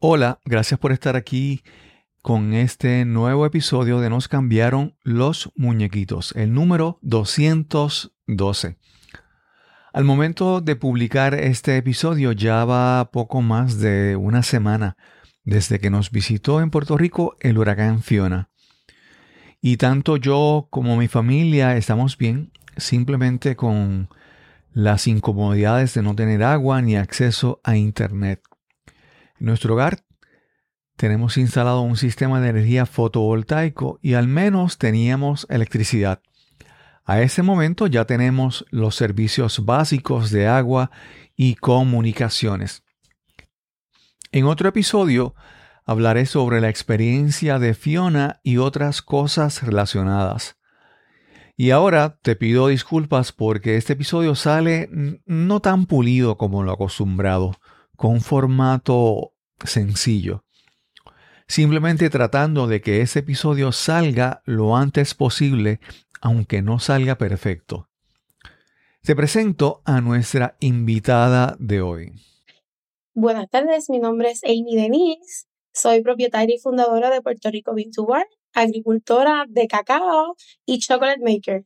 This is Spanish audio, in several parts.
Hola, gracias por estar aquí con este nuevo episodio de Nos cambiaron los muñequitos, el número 212. Al momento de publicar este episodio ya va poco más de una semana desde que nos visitó en Puerto Rico el huracán Fiona. Y tanto yo como mi familia estamos bien, simplemente con las incomodidades de no tener agua ni acceso a internet. En nuestro hogar tenemos instalado un sistema de energía fotovoltaico y al menos teníamos electricidad. A ese momento ya tenemos los servicios básicos de agua y comunicaciones. En otro episodio hablaré sobre la experiencia de Fiona y otras cosas relacionadas. Y ahora te pido disculpas porque este episodio sale no tan pulido como lo acostumbrado, con un formato sencillo. Simplemente tratando de que ese episodio salga lo antes posible, aunque no salga perfecto. Te presento a nuestra invitada de hoy. Buenas tardes, mi nombre es Amy Denise, soy propietaria y fundadora de Puerto Rico Bean to Bar, agricultora de cacao y chocolate maker.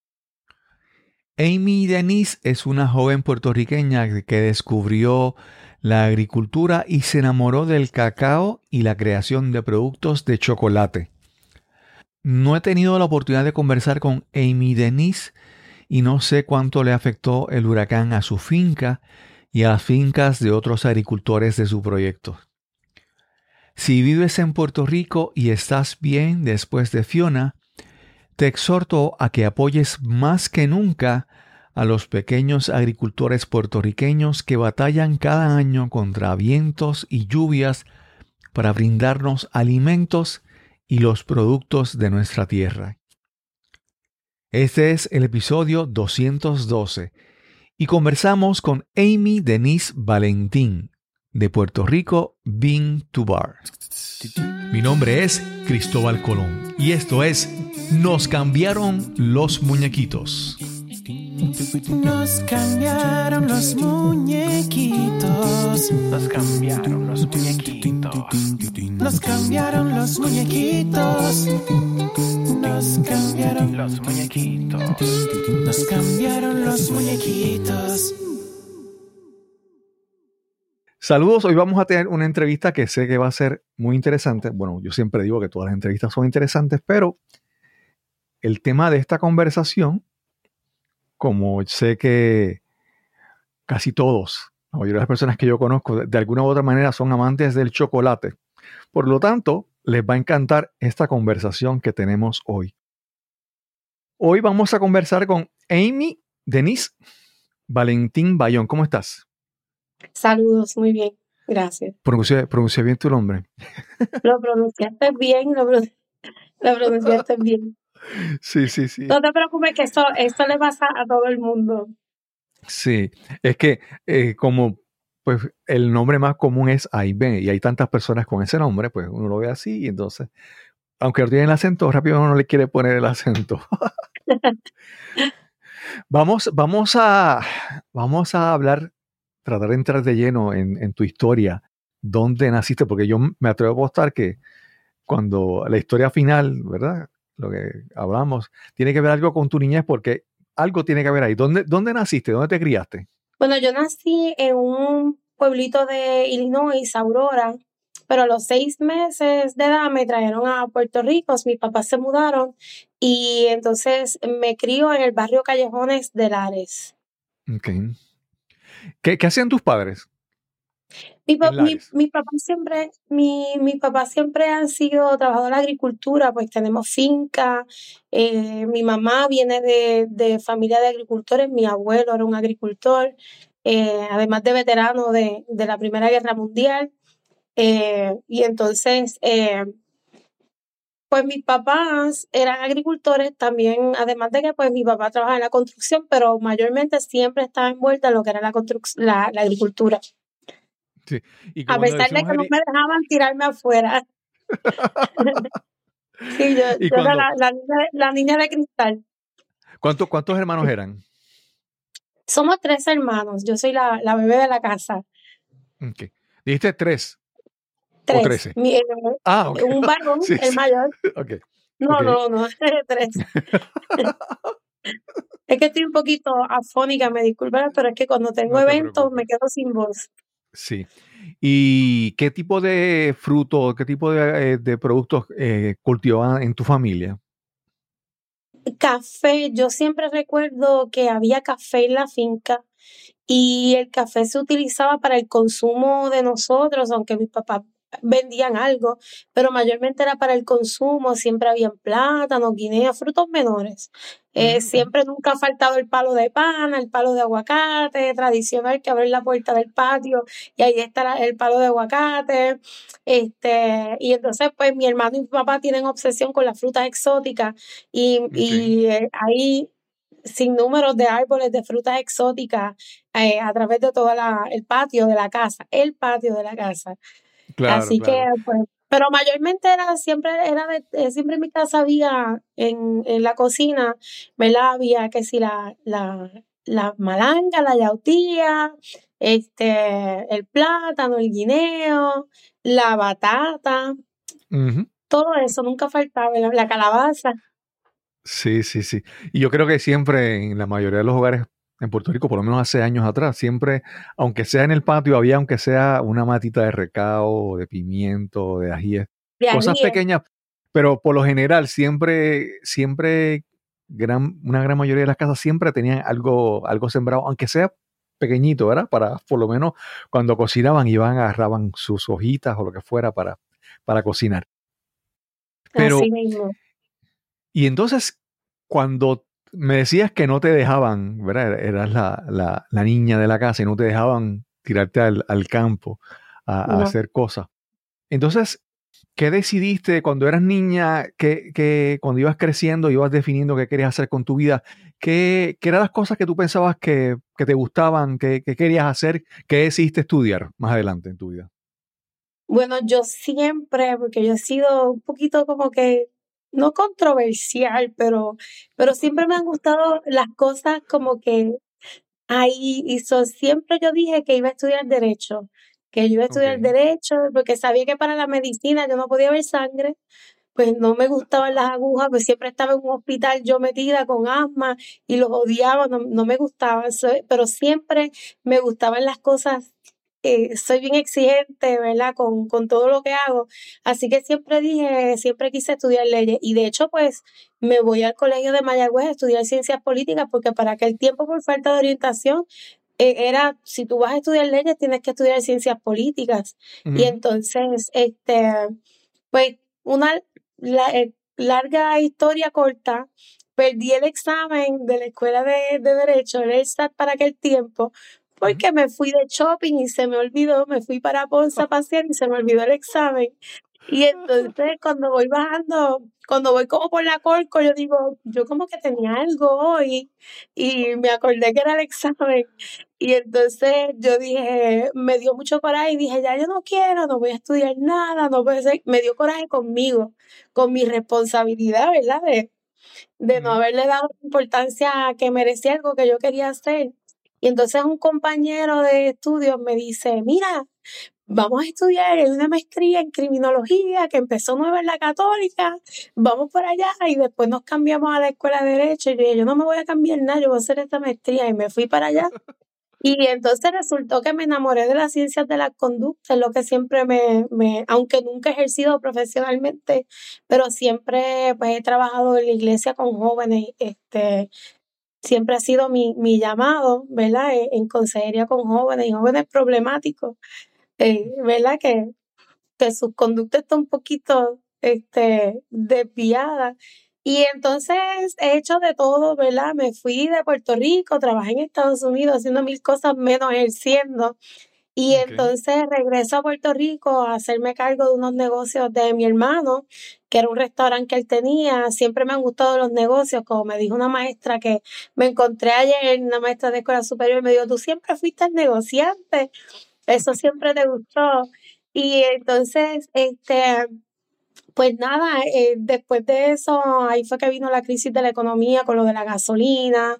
Amy Denise es una joven puertorriqueña que descubrió la agricultura y se enamoró del cacao y la creación de productos de chocolate. No he tenido la oportunidad de conversar con Amy Denise y no sé cuánto le afectó el huracán a su finca y a las fincas de otros agricultores de su proyecto. Si vives en Puerto Rico y estás bien después de Fiona, te exhorto a que apoyes más que nunca a los pequeños agricultores puertorriqueños que batallan cada año contra vientos y lluvias para brindarnos alimentos y los productos de nuestra tierra. Este es el episodio 212 y conversamos con Amy Denise Valentín de Puerto Rico Bean to Bar. Mi nombre es Cristóbal Colón y esto es Nos cambiaron los muñequitos. Nos cambiaron los muñequitos. Nos cambiaron los muñequitos. Nos cambiaron los muñequitos. Nos cambiaron Los muñequitos. Nos cambiaron los muñequitos. Saludos, hoy vamos a tener una entrevista que sé que va a ser muy interesante. Bueno, yo siempre digo que todas las entrevistas son interesantes, pero el tema de esta conversación, como sé que casi todos, la mayoría de las personas que yo conozco, de alguna u otra manera son amantes del chocolate. Por lo tanto, les va a encantar esta conversación que tenemos hoy. Hoy vamos a conversar con Amy Denise Valentín Bayón. ¿Cómo estás? Saludos, muy bien, gracias. Pronuncié bien tu nombre. Lo pronunciaste bien, lo pronunciaste bien. Sí. No te preocupes que eso le pasa a todo el mundo. Sí, es que como pues el nombre más común es A y B y hay tantas personas con ese nombre, pues uno lo ve así y entonces, aunque no tiene el acento, rápido uno le quiere poner el acento. Vamos a hablar, tratar de entrar de lleno en tu historia, dónde naciste, porque yo me atrevo a apostar que cuando la historia final, ¿verdad? Lo que hablamos, tiene que ver algo con tu niñez, porque algo tiene que ver ahí. ¿Dónde naciste? ¿Dónde te criaste? Bueno, yo nací en un pueblito de Illinois, Aurora, pero a los 6 meses de edad me trajeron a Puerto Rico, mis papás se mudaron y entonces me crio en el barrio Callejones de Lares. Okay. ¿Qué hacían tus padres Mi en Lares? mis papás siempre han sido trabajadores de agricultura, pues tenemos finca. Mi mamá viene de familia de agricultores, mi abuelo era un agricultor, además de veterano de la Primera Guerra Mundial. Y entonces, pues mis papás eran agricultores también, además de que pues mi papá trabajaba en la construcción, pero mayormente siempre estaba envuelta en lo que era la agricultura. Sí. Y A cuando pesar de decimos que no me dejaban tirarme afuera. Sí, yo y era cuando la niña de cristal. ¿cuántos hermanos eran? Somos 3 hermanos, yo soy la bebé de la casa. Okay. Dijiste 3. o 3. 13? Ah, ok. Un varón, Sí, el sí. mayor. Ok, No, ok. no, 3. Es que estoy un poquito afónica, me disculpan, pero es que cuando tengo No te eventos me preocupes. quedo sin voz. Sí. ¿Y qué tipo de fruto, qué tipo de productos cultivaban en tu familia? Café, yo siempre recuerdo que había café en la finca y el café se utilizaba para el consumo de nosotros, aunque mis papás vendían algo, pero mayormente era para el consumo, siempre habían plátanos, guineas, frutos menores. Ujú. Siempre nunca ha faltado el palo de pana, el palo de aguacate, tradicional que abre la puerta del patio y ahí está el palo de aguacate. Y entonces pues mi hermano y mi papá tienen obsesión con las frutas exóticas Ok. hay sin números de árboles de frutas exóticas a través de todo el patio de la casa, el patio de la casa. Claro, Así que, claro. pues, pero mayormente siempre en mi casa había en la cocina, ¿verdad? Había que si la malanga, la yautía, el plátano, el guineo, la batata, Ujú. todo eso nunca faltaba, la calabaza. Sí, sí, sí. Y yo creo que siempre en la mayoría de los hogares en Puerto Rico, por lo menos hace años atrás, siempre, aunque sea en el patio, había aunque sea una matita de recao, de pimiento, de ajíes, De cosas ají. pequeñas, pero por lo general una gran mayoría de las casas siempre tenían algo sembrado, aunque sea pequeñito, ¿verdad? Para, por lo menos, cuando cocinaban, agarraban sus hojitas o lo que fuera para cocinar. Así Pero, mismo. y entonces, cuando me decías que no te dejaban, ¿verdad? Eras la niña de la casa y no te dejaban tirarte al campo a No. hacer cosas. Entonces, ¿qué decidiste cuando eras niña, que cuando ibas creciendo, ibas definiendo qué querías hacer con tu vida? ¿Qué eran las cosas que tú pensabas que te gustaban, que querías hacer, que decidiste estudiar más adelante en tu vida? Bueno, yo siempre, porque yo he sido un poquito como que, no controversial, pero siempre me han gustado las cosas como que ahí, siempre yo dije que iba a estudiar derecho, que yo iba a estudiar Ok. derecho, porque sabía que para la medicina yo no podía ver sangre, pues no me gustaban las agujas, pues siempre estaba en un hospital yo metida con asma y los odiaba, no me gustaba, pero siempre me gustaban las cosas, soy bien exigente, ¿verdad? Con todo lo que hago, así que siempre quise estudiar leyes y de hecho pues me voy al colegio de Mayagüez a estudiar ciencias políticas porque para aquel tiempo por falta de orientación era, si tú vas a estudiar leyes tienes que estudiar ciencias políticas y Ujú. entonces, pues una larga historia corta, perdí el examen de la escuela de Derecho, el ESAT para aquel tiempo, Ujú. porque me fui de shopping y se me olvidó, me fui para Ponce a pasear y se me olvidó el examen. Y entonces cuando voy como por la Corco, yo digo, yo como que tenía algo hoy y me acordé que era el examen. Y entonces yo dije, me dio mucho coraje y dije, ya yo no quiero, no voy a estudiar nada, no puede ser. Me dio coraje conmigo, con mi responsabilidad, ¿verdad? De no Ujú. haberle dado la importancia que merecía algo que yo quería hacer. Y entonces un compañero de estudios me dice, mira, vamos a estudiar en una maestría en criminología que empezó nueva en la Católica, vamos por allá y después nos cambiamos a la escuela de Derecho. Y yo dije, yo no me voy a cambiar nada, yo voy a hacer esta maestría y me fui para allá. Y entonces resultó que me enamoré de las ciencias de la conducta, es lo que siempre aunque nunca he ejercido profesionalmente, pero siempre pues he trabajado en la iglesia con jóvenes, siempre ha sido mi llamado, ¿verdad? En consejería con jóvenes y jóvenes problemáticos, ¿verdad? Que su conducta está un poquito desviada. Y entonces he hecho de todo, ¿verdad? Me fui de Puerto Rico, trabajé en Estados Unidos haciendo mil cosas menos ejerciendo. Y Ok. entonces regreso a Puerto Rico a hacerme cargo de unos negocios de mi hermano, que era un restaurante que él tenía. Siempre me han gustado los negocios, como me dijo una maestra que me encontré ayer, una maestra de escuela superior, me dijo, tú siempre fuiste el negociante, eso siempre te gustó. Y entonces, pues nada, después de eso, ahí fue que vino la crisis de la economía con lo de la gasolina,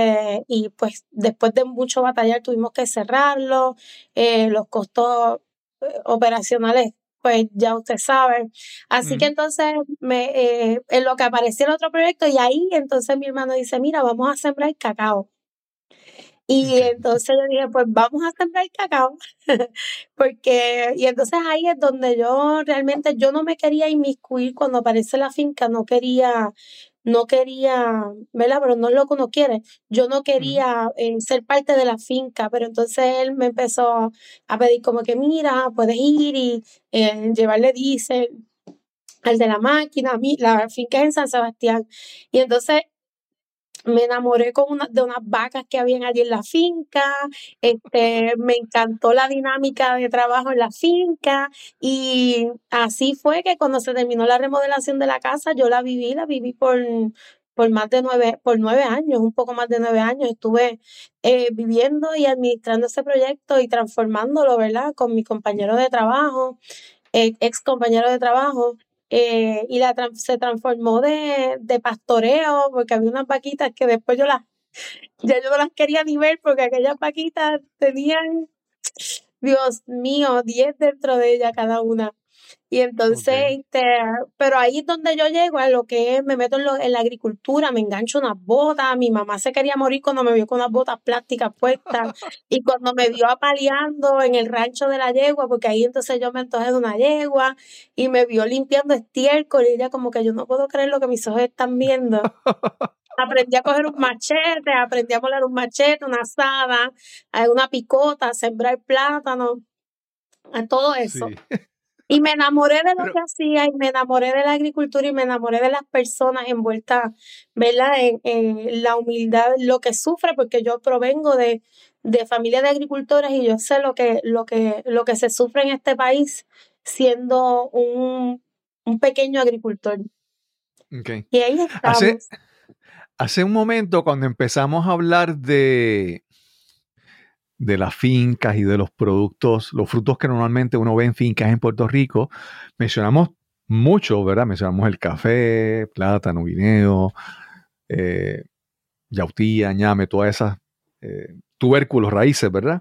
y pues después de mucho batallar tuvimos que cerrarlo, los costos operacionales, pues ya usted sabe. Así que entonces en lo que apareció el otro proyecto y ahí entonces mi hermano dice, mira, vamos a sembrar cacao. Y entonces yo dije, pues vamos a sembrar cacao, y entonces ahí es donde yo realmente, yo no me quería inmiscuir cuando aparece la finca, no quería, ¿verdad? Pero no es lo que uno quiere, yo no quería ser parte de la finca, pero entonces él me empezó a pedir como que, mira, puedes ir y llevarle diésel al de la máquina, la finca es en San Sebastián, y entonces me enamoré de unas vacas que habían allí en la finca, me encantó la dinámica de trabajo en la finca y así fue que cuando se terminó la remodelación de la casa, yo la viví por más de 9 años, un poco más de 9 años, estuve viviendo y administrando ese proyecto y transformándolo, ¿verdad? Con mi compañero de trabajo, ex compañero de trabajo. Y se transformó de pastoreo, porque había unas vaquitas que después ya yo no las quería ni ver, porque aquellas vaquitas tenían, Dios mío, 10 dentro de ellas cada una. Y entonces, pero ahí es donde yo llego a lo que es, me meto en la agricultura, me engancho unas botas, mi mamá se quería morir cuando me vio con unas botas plásticas puestas y cuando me vio apaleando en el rancho de la yegua, porque ahí entonces yo me antojé de una yegua y me vio limpiando estiércol y ella como que yo no puedo creer lo que mis ojos están viendo. Aprendí a coger un machete, aprendí a moler un machete, una asada, una picota, a sembrar plátano, a todo eso. Sí. Y me enamoré de lo que hacía y me enamoré de la agricultura y me enamoré de las personas envueltas, ¿verdad? En la humildad, lo que sufre, porque yo provengo de familia de agricultores y yo sé lo que se sufre en este país siendo un pequeño agricultor. Okay. Y ahí estamos. Hace un momento, cuando empezamos a hablar de las fincas y de los productos, los frutos que normalmente uno ve en fincas en Puerto Rico, mencionamos mucho, ¿verdad? Mencionamos el café, plátano, guineo, yautía, ñame, todas esas tubérculos, raíces, ¿verdad?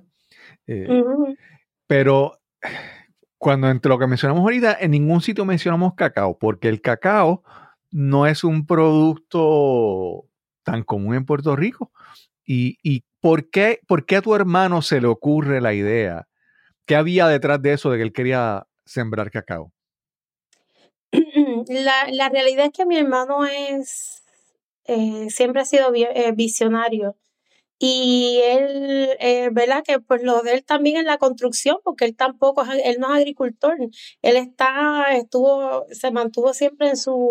Pero cuando entre lo que mencionamos ahorita, en ningún sitio mencionamos cacao, porque el cacao no es un producto tan común en Puerto Rico. ¿Y por qué a tu hermano se le ocurre la idea? ¿Qué había detrás de eso de que él quería sembrar cacao? La realidad es que mi hermano siempre ha sido visionario. Y él, ¿verdad? Que pues lo de él también en la construcción, porque él tampoco, él no es agricultor, él se mantuvo siempre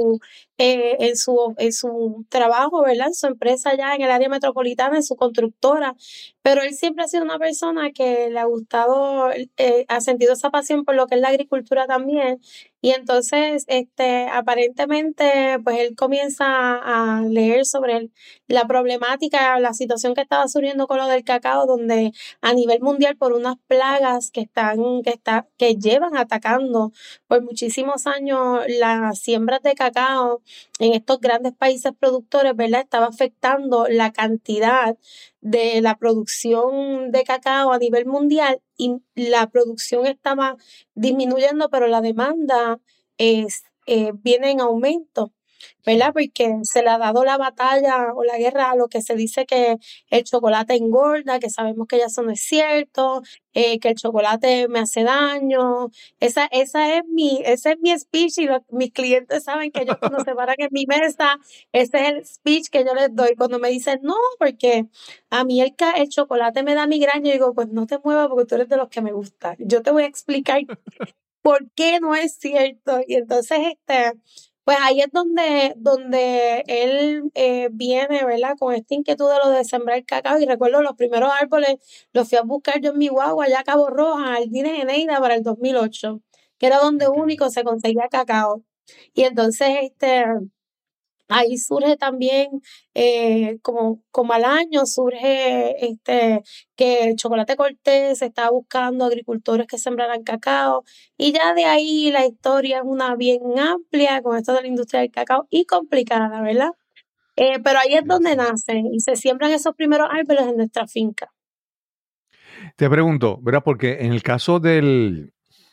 en su trabajo, ¿verdad? En su empresa allá en el área metropolitana, en su constructora, pero él siempre ha sido una persona que le ha gustado, ha sentido esa pasión por lo que es la agricultura también, y entonces, aparentemente, pues él comienza a leer sobre la problemática, la situación que estaba surgiendo con lo del cacao, donde a nivel mundial por unas plagas que llevan atacando por muchísimos años las siembras de cacao en estos grandes países productores, ¿verdad? Estaba afectando la cantidad de la producción de cacao a nivel mundial y la producción estaba disminuyendo, pero la demanda viene en aumento, ¿verdad? Porque se le ha dado la batalla o la guerra a lo que se dice que el chocolate engorda, que sabemos que ya eso no es cierto, que el chocolate me hace daño. Ese es mi speech y mis clientes saben que ellos cuando se paran en mi mesa, ese es el speech que yo les doy. Cuando me dicen, no, porque a mí el chocolate me da migraña, yo digo, pues no te muevas porque tú eres de los que me gusta. Yo te voy a explicar por qué no es cierto. Y entonces, pues ahí es donde él viene, ¿verdad? Con esta inquietud de lo de sembrar cacao. Y recuerdo los primeros árboles, los fui a buscar yo en mi guagua, allá a Cabo Roja, al Dine Eneida para el 2008, que era donde único se conseguía cacao. Y entonces, ahí surge también, como al año, surge que el chocolate Cortés estaba buscando agricultores que sembraran cacao. Y ya de ahí la historia es una bien amplia con esto de la industria del cacao y complicada, ¿verdad? Pero ahí es donde nacen y se siembran esos primeros árboles en nuestra finca. Te pregunto, ¿verdad? Porque en el caso del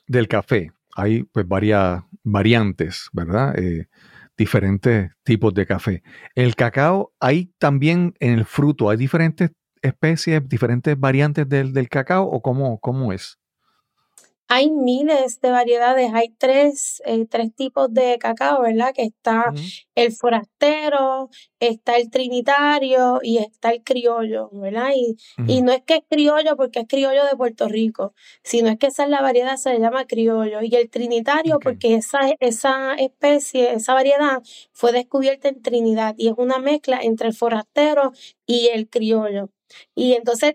del café. Hay pues varias variantes, ¿verdad? Diferentes tipos de café. El cacao, hay también en el fruto, hay diferentes especies, diferentes variantes del cacao, ¿o cómo es? Hay miles de variedades, hay tres tipos de cacao, ¿verdad? Que está Ujú, el forastero, está el trinitario y está el criollo, ¿verdad? Y ujú. no es que es criollo porque es criollo de Puerto Rico, sino es que esa es la variedad, se le llama criollo. Y el trinitario Ok. porque esa especie, esa variedad fue descubierta en Trinidad y es una mezcla entre el forastero y el criollo. Y entonces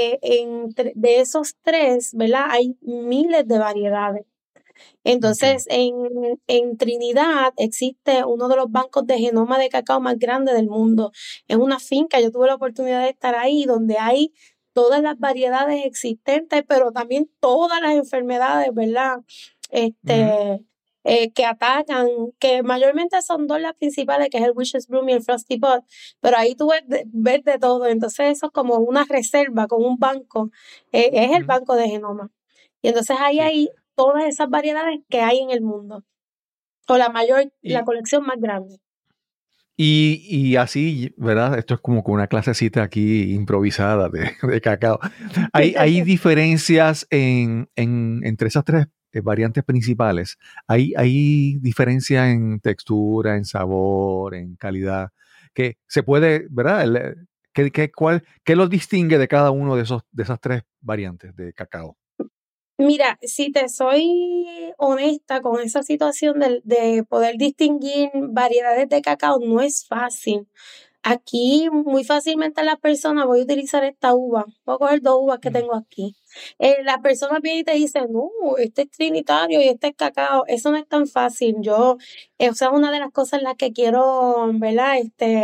de esos tres, ¿verdad? Hay miles de variedades. Ok. Entonces, en Trinidad existe uno de los bancos de genoma de cacao más grandes del mundo. Es una finca, yo tuve la oportunidad de estar ahí, donde hay todas las variedades existentes, pero también todas las enfermedades, ¿verdad? Ujú. Este, que atacan, que mayormente son dos las principales, que es el Witch's Broom y el Frosty Pot, pero ahí tú ves de todo. Entonces, eso es como una reserva, como un banco, es el Ujú. banco de genoma. Y entonces ahí Sí. hay todas esas variedades que hay en el mundo, o la Y, colección más grande. y así, ¿verdad? Esto es como con una clasecita aquí improvisada de cacao. Hay diferencias entre esas tres variantes principales. Hay diferencia en textura, en sabor, en calidad, que se puede, ¿verdad? ¿Qué los distingue de cada uno de esas tres variantes de cacao? Mira, si te soy honesta con esa situación de poder distinguir variedades de cacao, no es fácil. Aquí muy fácilmente las personas, voy a utilizar esta uva, voy a coger dos uvas que Mm, tengo aquí. Las personas vienen y te dicen, no, este es trinitario y este es cacao. Eso no es tan fácil. O sea, una de las cosas en las que quiero, ¿verdad?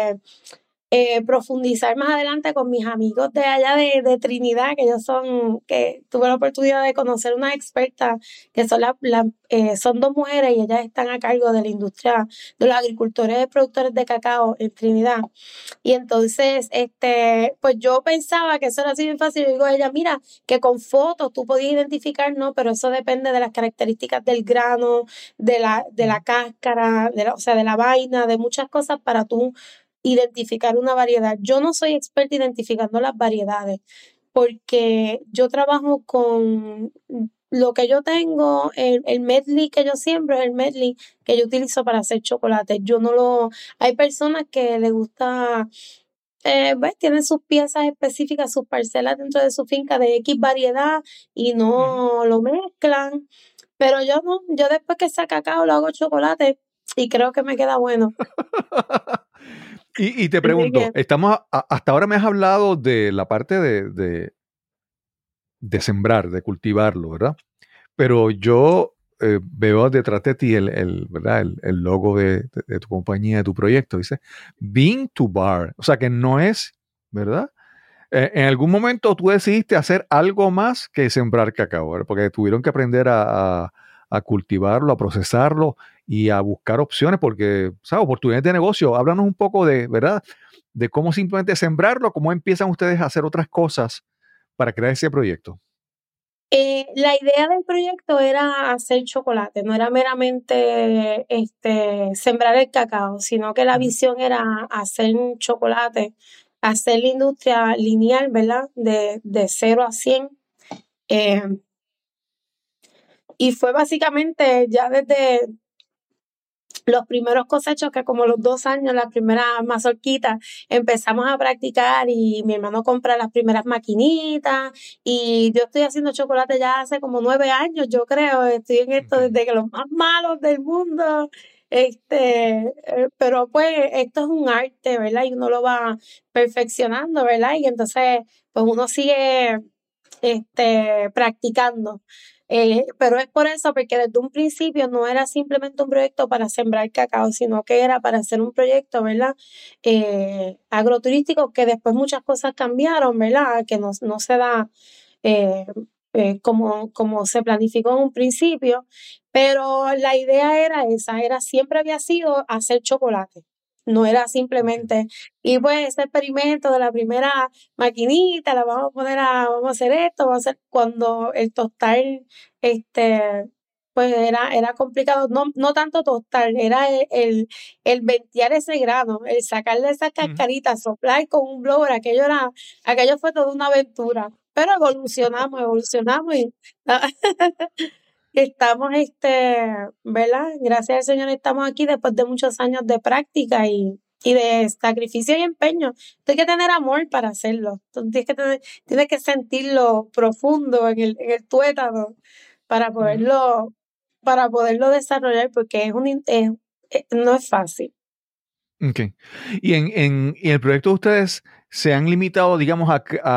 Profundizar más adelante con mis amigos de allá de Trinidad, que tuve la oportunidad de conocer unas expertas que son dos mujeres y ellas están a cargo de la industria de los agricultores y productores de cacao en Trinidad. Y entonces, pues yo pensaba que eso era así bien fácil. Yo digo a ella, mira, que con fotos tú podías identificar, no, pero eso depende de las características del grano, de la ujú. cáscara, o sea, de la vaina, de muchas cosas para tú identificar una variedad. Yo no soy experta identificando las variedades porque yo trabajo con lo que yo tengo, el medley que yo siembro es el medley que yo utilizo para hacer chocolate. Yo no lo, hay personas que les gusta, pues tienen sus piezas específicas, sus parcelas dentro de su finca de X variedad y Ujú. no lo mezclan. Pero yo no, yo después que saca cacao lo hago chocolate y creo que me queda bueno. Y te Así pregunto, que hasta ahora me has hablado de la parte de sembrar, de cultivarlo, ¿verdad? Pero yo veo detrás de ti ¿verdad? El logo de tu compañía, de tu proyecto, dice Bean to Bar, o sea que no es, ¿verdad? En algún momento tú decidiste hacer algo más que sembrar cacao, ¿verdad? Porque tuvieron que aprender a cultivarlo, a procesarlo y a buscar opciones, porque, ¿sabes? Oportunidades de negocio. Háblanos un poco de, ¿verdad? De cómo simplemente sembrarlo, cómo empiezan ustedes a hacer otras cosas para crear ese proyecto. La idea del proyecto era hacer chocolate, no era meramente sembrar el cacao, sino que la Ujú. visión era hacer un chocolate, hacer la industria lineal, ¿verdad? De 0 a 100. Eh, y fue básicamente ya desde los primeros cosechos, que como los 2 años, las primeras mazorquitas, empezamos a practicar y mi hermano compra las primeras maquinitas y yo estoy haciendo chocolate ya hace como 9 años, yo creo, estoy en esto Ok. desde que los más malos del mundo, pero pues esto es un arte, ¿verdad? Y uno lo va perfeccionando, ¿verdad? Y entonces pues uno sigue practicando. Pero es por eso, porque desde un principio no era simplemente un proyecto para sembrar cacao, sino que era para hacer un proyecto, ¿verdad? Agroturístico, que después muchas cosas cambiaron, ¿verdad? Que no se da eh, como se planificó en un principio, pero la idea era esa, siempre había sido hacer chocolate. No era Ok. simplemente, y pues ese experimento de la primera maquinita, vamos a hacer esto, vamos a hacer cuando el tostar pues era complicado, no tanto tostar, era el ventear ese grano, el sacarle esa Ujú. cascarita, soplar con un blower, aquello fue toda una aventura, pero evolucionamos y estamos, ¿verdad? Gracias al Señor estamos aquí después de muchos años de práctica y de sacrificio y empeño. Tú hay que tener amor para hacerlo. Tú tienes que sentirlo profundo en el tuétano para Ujú. poderlo desarrollar porque no es fácil. Ok. Y y el proyecto de ustedes se han limitado, digamos,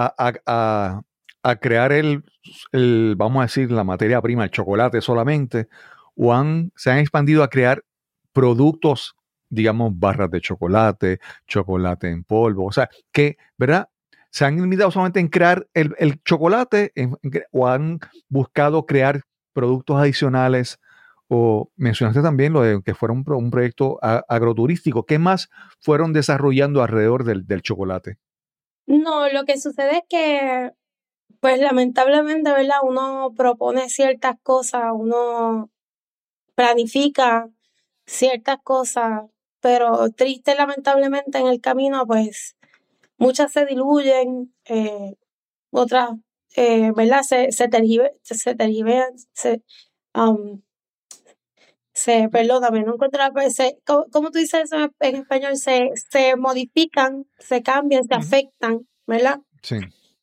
a crear vamos a decir, la materia prima, el chocolate solamente, o se han expandido a crear productos, digamos, barras de chocolate en polvo, o sea, que, ¿verdad? ¿Se han limitado solamente en crear el chocolate o han buscado crear productos adicionales? O mencionaste también lo de que fuera un proyecto agroturístico. ¿Qué más fueron desarrollando alrededor del chocolate? No, lo que sucede es que, pues lamentablemente, ¿verdad? Uno propone ciertas cosas, uno planifica ciertas cosas, pero triste lamentablemente en el camino, pues muchas se diluyen, otras, ¿verdad? Tergiversan, um, perdóname, no encuentro la palabra, ¿cómo tú dices eso en español? Se modifican, se cambian, se Ujú. afectan, ¿verdad? Sí.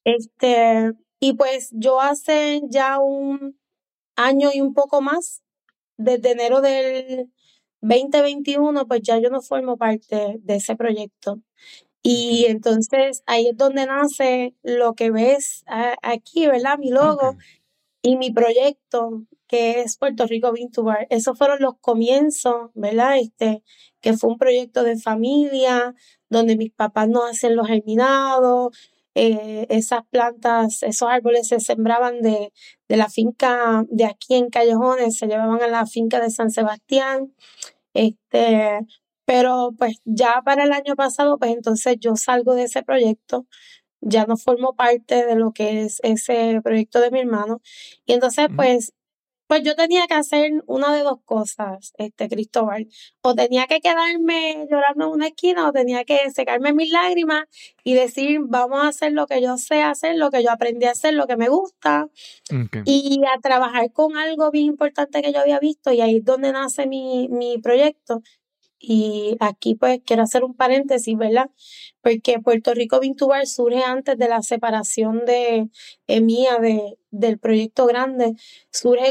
Y pues yo hace ya un año y un poco más, desde enero del 2021, pues ya yo no formo parte de ese proyecto. Y Ok. entonces ahí es donde nace lo que ves aquí, ¿verdad? Mi logo Ok. y mi proyecto, que es Puerto Rico Bean to Bar. Esos fueron los comienzos, ¿verdad? Que fue un proyecto de familia, donde mis papás nos hacen los germinados, esas plantas, esos árboles se sembraban de la finca de aquí en Callejones, se llevaban a la finca de San Sebastián. Este, pero pues ya para el año pasado, pues entonces yo salgo de ese proyecto, ya no formo parte de lo que es ese proyecto de mi hermano. Y entonces, Ujú. pues yo tenía que hacer una de dos cosas, Cristóbal. O tenía que quedarme llorando en una esquina, o tenía que secarme mis lágrimas y decir, vamos a hacer lo que yo sé hacer, lo que yo aprendí a hacer, lo que me gusta, Ok. y a trabajar con algo bien importante que yo había visto, y ahí es donde nace mi proyecto. Y aquí pues quiero hacer un paréntesis, ¿verdad? Porque Puerto Rico Bean to Bar surge antes de la separación mía del proyecto grande. Surge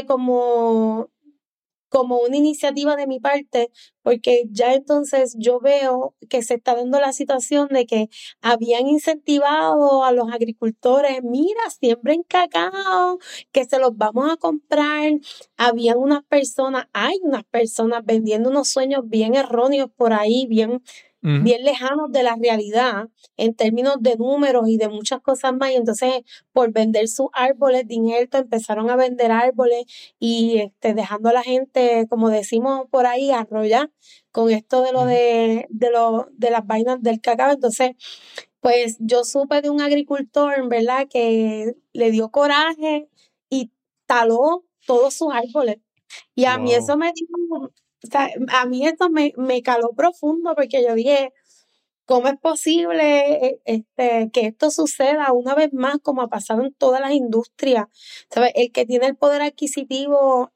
como una iniciativa de mi parte, porque ya entonces yo veo que se está dando la situación de que habían incentivado a los agricultores, mira, siembren cacao, que se los vamos a comprar. Hay unas personas vendiendo unos sueños bien erróneos por ahí, bien Ujú. bien lejanos de la realidad en términos de números y de muchas cosas más. Y entonces, por vender sus árboles de injerto, empezaron a vender árboles y dejando a la gente, como decimos por ahí, arrollar con esto de lo Ujú. de las vainas del cacao. Entonces, pues yo supe de un agricultor, ¿verdad?, que le dio coraje y taló todos sus árboles. Y a mí Wow. eso me dio, o sea, a mí esto me caló profundo porque yo dije, ¿cómo es posible que esto suceda una vez más como ha pasado en todas las industrias? ¿Sabes? El que tiene el poder adquisitivo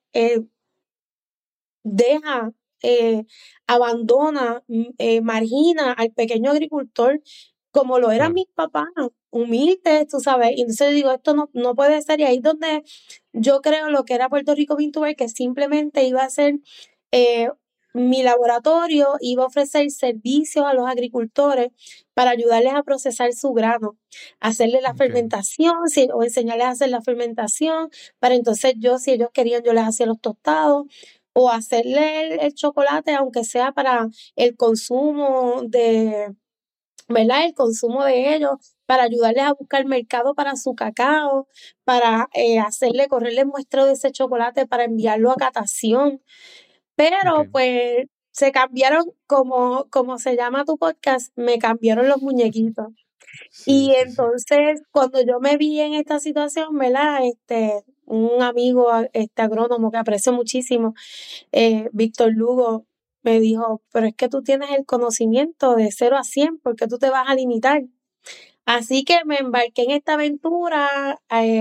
deja, eh, abandona, margina al pequeño agricultor como lo eran Claro. mis papás, humildes, tú sabes. Y entonces yo digo, esto no puede ser. Y ahí es donde yo creo lo que era Puerto Rico Bean to Bar, que simplemente iba a ser eh, mi laboratorio, iba a ofrecer servicios a los agricultores para ayudarles a procesar su grano, hacerle la Ok. fermentación o enseñarles a hacer la fermentación, para entonces yo, si ellos querían, yo les hacía los tostados o hacerle el chocolate, aunque sea para el consumo ¿verdad? El consumo de ellos, para ayudarles a buscar mercado para su cacao, para correrle muestreo de ese chocolate para enviarlo a catación. Pero Ok. pues se cambiaron, como se llama tu podcast, me cambiaron los Sí, y sí, sí. entonces, cuando yo me vi en esta situación, ¿verdad? un amigo agrónomo que aprecio muchísimo, Víctor Lugo, me dijo, pero es que tú tienes el conocimiento de 0 a 100, ¿por qué tú te vas a limitar? Así que me embarqué en esta aventura.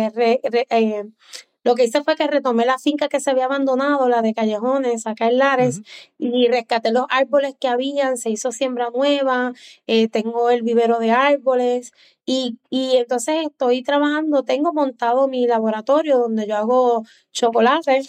Lo que hice fue que retomé la finca que se había abandonado, la de Callejones, acá en Lares, y rescaté los árboles que habían, se hizo siembra nueva, tengo el vivero de árboles, y entonces estoy trabajando, tengo montado mi laboratorio donde yo hago chocolate.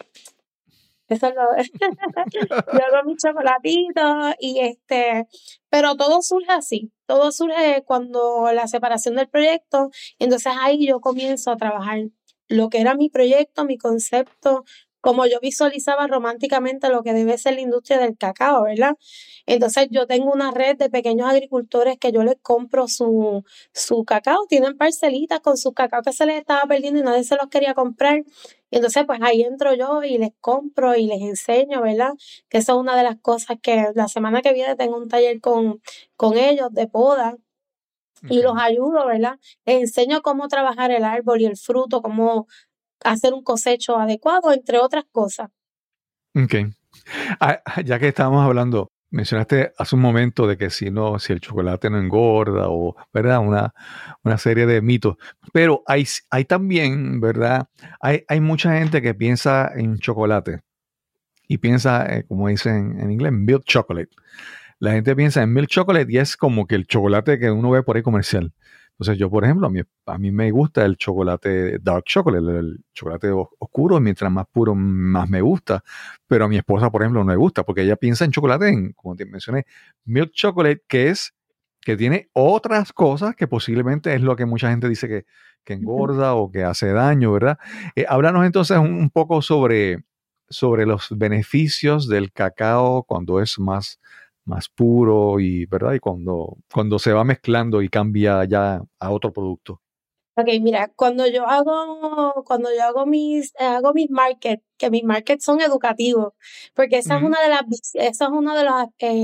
Eso es yo hago mis chocolatitos pero todo surge así, todo surge cuando la separación del proyecto, entonces ahí yo comienzo a trabajar lo que era mi proyecto, mi concepto, como yo visualizaba románticamente lo que debe ser la industria del cacao, ¿verdad? Entonces yo tengo una red de pequeños agricultores que yo les compro su cacao, tienen parcelitas con su cacao que se les estaba perdiendo y nadie se los quería comprar. Y entonces pues ahí entro yo y les compro y les enseño, ¿verdad? Que eso es una de las cosas que la semana que viene tengo un taller con ellos de poda. Y los ayudo, ¿verdad? Les enseño cómo trabajar el árbol y el fruto, cómo hacer un cosecho adecuado, entre otras cosas. Ok. Ya que estábamos hablando, mencionaste hace un momento de que si el chocolate no engorda o, ¿verdad? Una serie de mitos. Pero hay también, ¿verdad? Hay mucha gente que piensa en chocolate y piensa, como dicen en inglés, milk chocolate. La gente piensa en milk chocolate y es como que el chocolate que uno ve por ahí comercial. Entonces yo, por ejemplo, a mí me gusta el chocolate dark chocolate, el chocolate oscuro, mientras más puro, más me gusta. Pero a mi esposa, por ejemplo, no le gusta porque ella piensa en chocolate, como te mencioné, milk chocolate, que tiene otras cosas que posiblemente es lo que mucha gente dice que engorda o que hace daño, ¿verdad? Háblanos entonces un poco sobre los beneficios del cacao cuando es más puro y, ¿verdad? Y cuando se va mezclando y cambia ya a otro producto. Ok, mira, cuando yo hago mis markets, que mis markets son educativos, porque esa es una de las, eso es uno de los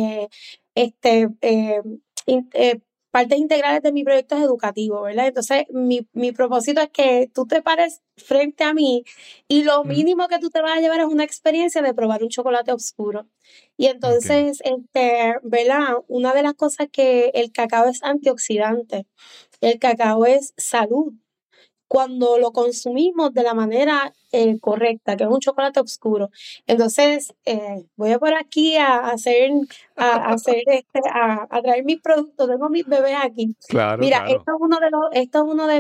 partes integrales de mi proyecto es educativo, ¿verdad? Entonces, mi propósito es que tú te pares frente a mí y lo mínimo que tú te vas a llevar es una experiencia de probar un chocolate oscuro. Y entonces, ¿verdad? Una de las cosas que el cacao es antioxidante, el cacao es salud. Cuando lo consumimos de la manera correcta, que es un chocolate oscuro. Entonces, voy a por aquí a traer mis productos, tengo mis bebés aquí. Claro, Mira, claro. esto es uno de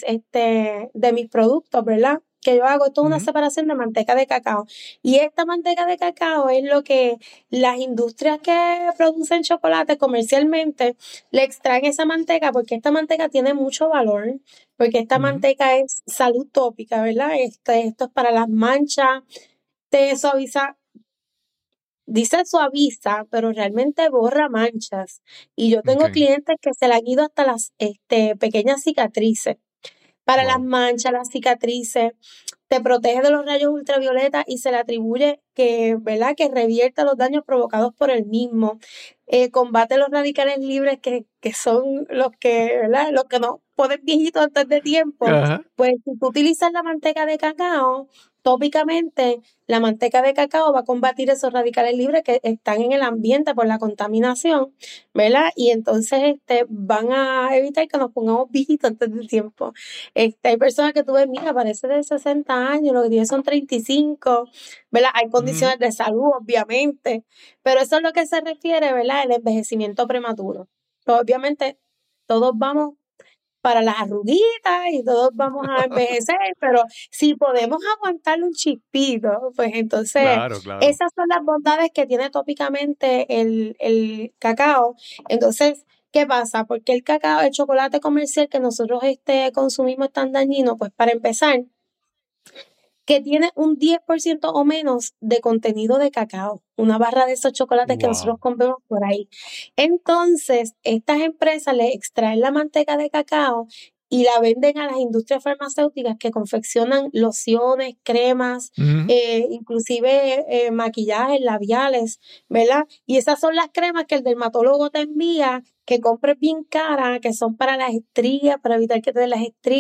mis productos, ¿verdad? Que yo hago, esto es una separación de manteca de cacao. Y esta manteca de cacao es lo que las industrias que producen chocolate comercialmente le extraen esa manteca, porque esta manteca tiene mucho valor, porque esta manteca es salud tópica, ¿verdad? Esto es para las manchas, te suaviza. Dice suaviza, pero realmente borra manchas. Y yo tengo clientes que se le han ido hasta las pequeñas cicatrices. Para las manchas, las cicatrices, te protege de los rayos ultravioleta y se le atribuye que, ¿verdad? Que revierte los daños provocados por el mismo. Combate los radicales libres que son los que, ¿verdad? Los que nos ponen viejitos antes de tiempo. Ajá. Pues si tú utilizas la manteca de cacao, tópicamente la manteca de cacao va a combatir esos radicales libres que están en el ambiente por la contaminación, ¿verdad? Y entonces van a evitar que nos pongamos viejitos antes del tiempo. Hay personas que tú ves, mira, parece de 60 años, lo que tiene son 35, ¿verdad? Hay condiciones de salud, obviamente, pero eso es lo que se refiere, ¿verdad? El envejecimiento prematuro. Pues, obviamente, todos vamos para las arruguitas y todos vamos a envejecer, pero si podemos aguantarle un chispito, pues entonces Claro. esas son las bondades que tiene tópicamente el cacao. Entonces, ¿qué pasa? Porque el cacao, el chocolate comercial que nosotros consumimos es tan dañino, pues para empezar, que tiene un 10% o menos de contenido de cacao, una barra de esos chocolates que nosotros compramos por ahí. Entonces, estas empresas le extraen la manteca de cacao y la venden a las industrias farmacéuticas que confeccionan lociones, cremas, inclusive maquillajes, labiales, ¿verdad? Y esas son las cremas que el dermatólogo te envía, que compres bien cara, que son para las estrías, para evitar que te den las estrías,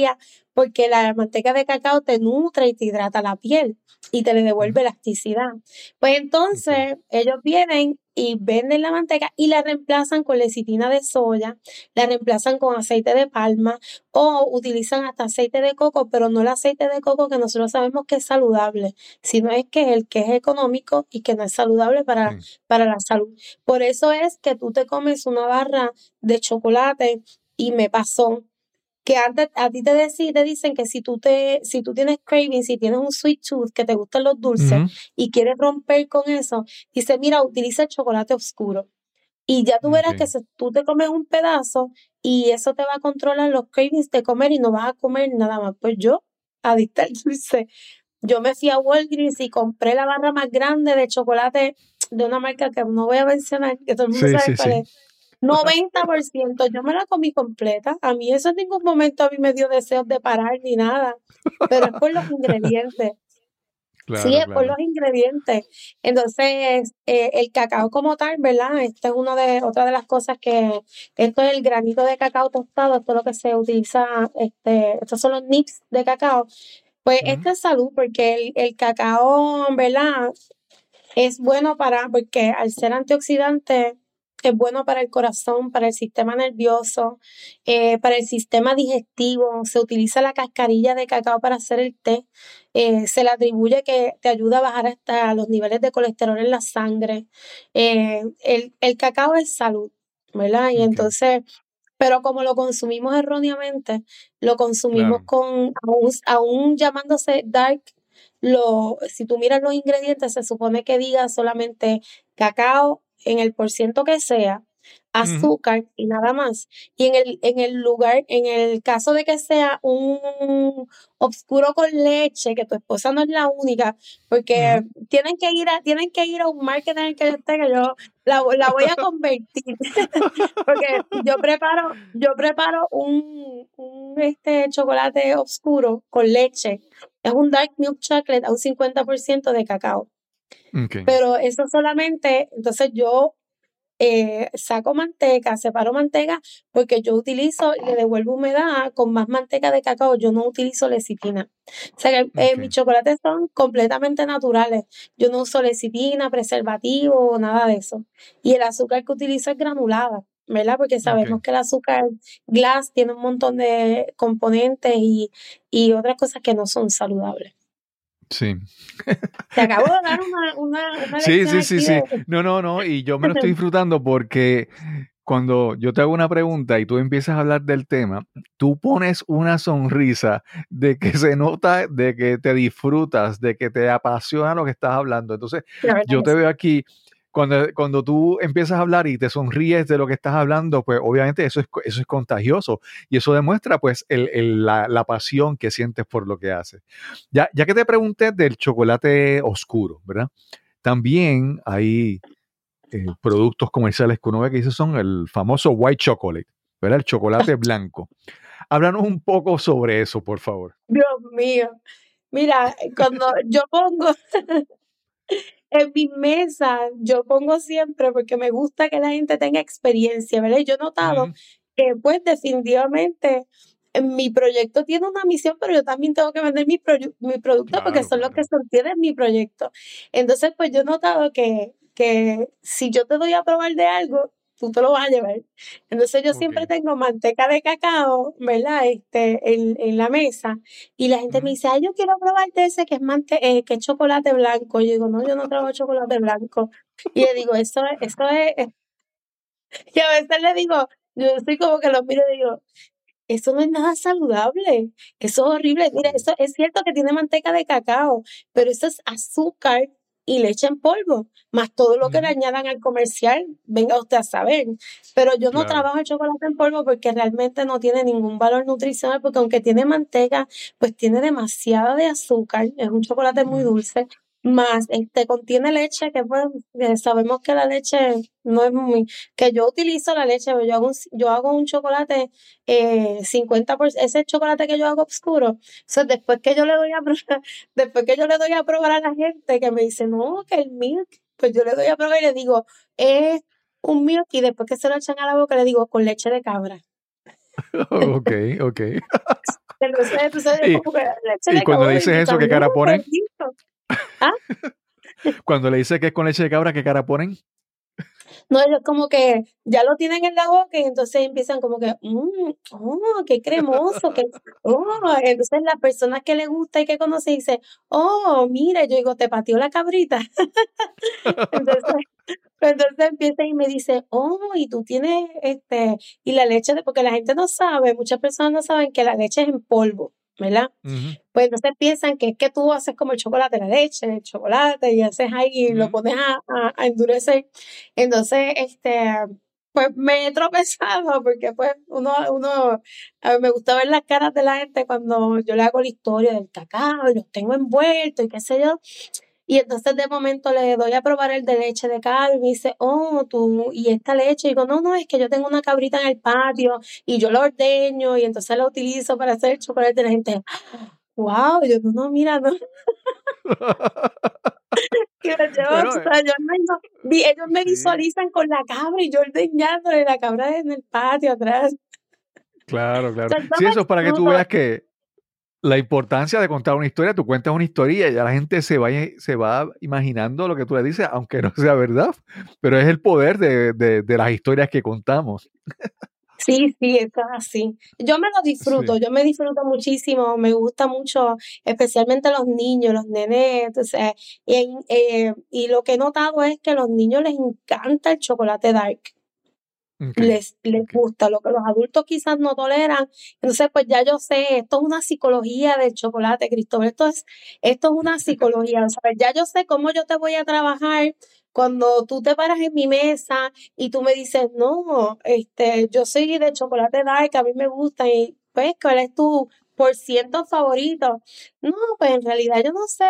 porque la manteca de cacao te nutre y te hidrata la piel y te le devuelve elasticidad. Pues entonces ellos vienen y venden la manteca y la reemplazan con lecitina de soya, la reemplazan con aceite de palma o utilizan hasta aceite de coco, pero no el aceite de coco que nosotros sabemos que es saludable, sino es que el que es económico y que no es saludable para la salud. Por eso es que tú te comes una barra de chocolate y me pasó que antes a ti te dicen que si tú tienes craving, si tienes un sweet tooth, que te gustan los dulces y quieres romper con eso, dice, mira, utiliza el chocolate oscuro. Y ya tú verás que tú te comes un pedazo y eso te va a controlar los cravings de comer y no vas a comer nada más. Pues yo, adicta al dulce, yo me fui a Walgreens y compré la barra más grande de chocolate de una marca que no voy a mencionar, que todo el mundo sabe cuál es. 90%, yo me la comí completa. A mí eso en ningún momento a mí me dio deseos de parar ni nada, pero es por los ingredientes. Sí, es por los ingredientes. Entonces, el cacao como tal, ¿verdad? Esta es otra de las cosas esto es el granito de cacao tostado, esto es lo que se utiliza, estos son los nips de cacao. Pues esto es salud, porque el cacao, ¿verdad? Es bueno porque al ser antioxidante, es bueno para el corazón, para el sistema nervioso, para el sistema digestivo. Se utiliza la cascarilla de cacao para hacer el té. Se le atribuye que te ayuda a bajar hasta los niveles de colesterol en la sangre. El cacao es salud, ¿verdad? Y entonces, pero como lo consumimos erróneamente, lo consumimos aún llamándose dark. Si tú miras los ingredientes, se supone que diga solamente cacao en el porciento que sea, azúcar y nada más. Y en el caso de que sea un oscuro con leche, que tu esposa no es la única, porque tienen que ir a un market en el que yo esté, que yo la voy a convertir. Porque yo preparo un chocolate oscuro con leche. Es un dark milk chocolate a un 50% de cacao. Pero eso solamente, entonces yo saco manteca, separo manteca, porque yo utilizo y le devuelvo humedad con más manteca de cacao. Yo no utilizo lecitina. O sea que mis chocolates son completamente naturales. Yo no uso lecitina, preservativo, nada de eso. Y el azúcar que utilizo es granulada, ¿verdad? Porque sabemos que el azúcar glass tiene un montón de componentes y otras cosas que no son saludables. Sí. Te acabo de dar una lección Sí. No. Y yo me lo estoy disfrutando porque cuando yo te hago una pregunta y tú empiezas a hablar del tema, tú pones una sonrisa de que se nota, de que te disfrutas, de que te apasiona lo que estás hablando. Entonces, yo te veo aquí. Cuando tú empiezas a hablar y te sonríes de lo que estás hablando, pues obviamente eso es contagioso y eso demuestra pues la pasión que sientes por lo que haces. Ya que te pregunté del chocolate oscuro, ¿verdad? También hay productos comerciales que uno ve que dice son el famoso white chocolate, ¿verdad? El chocolate blanco. Háblanos un poco sobre eso, por favor. Dios mío. Mira, cuando yo pongo... En mi mesa, yo pongo siempre porque me gusta que la gente tenga experiencia, ¿verdad? Y yo he notado que, pues, definitivamente mi proyecto tiene una misión, pero yo también tengo que vender mi producto porque son los que sostienen mi proyecto. Entonces, pues, yo he notado que si yo te doy a probar de algo, tú te lo vas a llevar. Entonces, yo siempre tengo manteca de cacao, ¿verdad? En la mesa. Y la gente me dice, ay, yo quiero probar de ese que es chocolate blanco. Y yo digo, no, yo no traigo chocolate blanco. Y le digo, eso es. Y a veces le digo, yo estoy como que lo miro y digo, eso no es nada saludable, eso es horrible. Mira, eso es cierto que tiene manteca de cacao, pero eso es azúcar y leche en polvo, más todo lo que le añadan al comercial, venga usted a saber. Pero yo no trabajo el chocolate en polvo porque realmente no tiene ningún valor nutricional, porque aunque tiene manteca, pues tiene demasiada de azúcar, es un chocolate muy dulce, más contiene leche, que pues sabemos que la leche no es muy, que yo utilizo la leche, pero yo hago un chocolate 50%, ese chocolate que yo hago oscuro, o sea, después que yo le doy a probar a la gente que me dice, no, que el milk, pues yo le doy a probar y le digo, es un milk, y después que se lo echan a la boca le digo, con leche de cabra. Ok. Entonces yo Y, como que leche y de cuando le cabra dices y eso, ¿qué sabía cara un ponen? poquito. ¿Ah? Cuando le dices que es con leche de cabra, ¿qué cara ponen? No, ellos como que ya lo tienen en la boca y entonces empiezan como que, qué cremoso, entonces las personas que le gusta y que conoce dice, mira, yo digo, te pateó la cabrita. Entonces, entonces empieza y me dice, y tú tienes, y la leche, porque la gente no sabe, muchas personas no saben que la leche es en polvo, ¿verdad? Ujú, Pues entonces piensan que es que tú haces como el chocolate, la leche, el chocolate, y haces ahí y lo ujú. pones a endurecer. Entonces, pues me he tropezado porque pues a mí me gusta ver las caras de la gente cuando yo le hago la historia del cacao y los tengo envueltos y qué sé yo. Y entonces de momento le doy a probar el de leche de cabra y me dice, y esta leche. Y digo, no, es que yo tengo una cabrita en el patio y yo la ordeño y entonces la utilizo para hacer chocolate. Y la gente, wow, yo no, mira, no. Y yo, Bueno, o sea, ellos me sí, visualizan con la cabra y yo ordeñándole la cabra en el patio atrás. claro, O claro. sea, yo Sí, me eso es para que tú disfruto. veas que la importancia de contar una historia, tú cuentas una historia y ya la gente se va imaginando lo que tú le dices, aunque no sea verdad, pero es el poder de las historias que contamos. Sí, eso es así. Yo me lo disfruto, Sí. yo me disfruto muchísimo, me gusta mucho, especialmente los niños, los nenes, entonces, y lo que he notado es que a los niños les encanta el chocolate dark, Ok, les ok. gusta, lo que los adultos quizás no toleran. Entonces, pues ya yo sé, esto es una psicología del chocolate, Cristóbal, esto es una psicología, o sea, ya yo sé cómo yo te voy a trabajar cuando tú te paras en mi mesa y tú me dices, no, yo soy de chocolate dark, a mí me gusta, y pues, ¿cuál es tu por ciento favorito? No, pues en realidad yo no sé,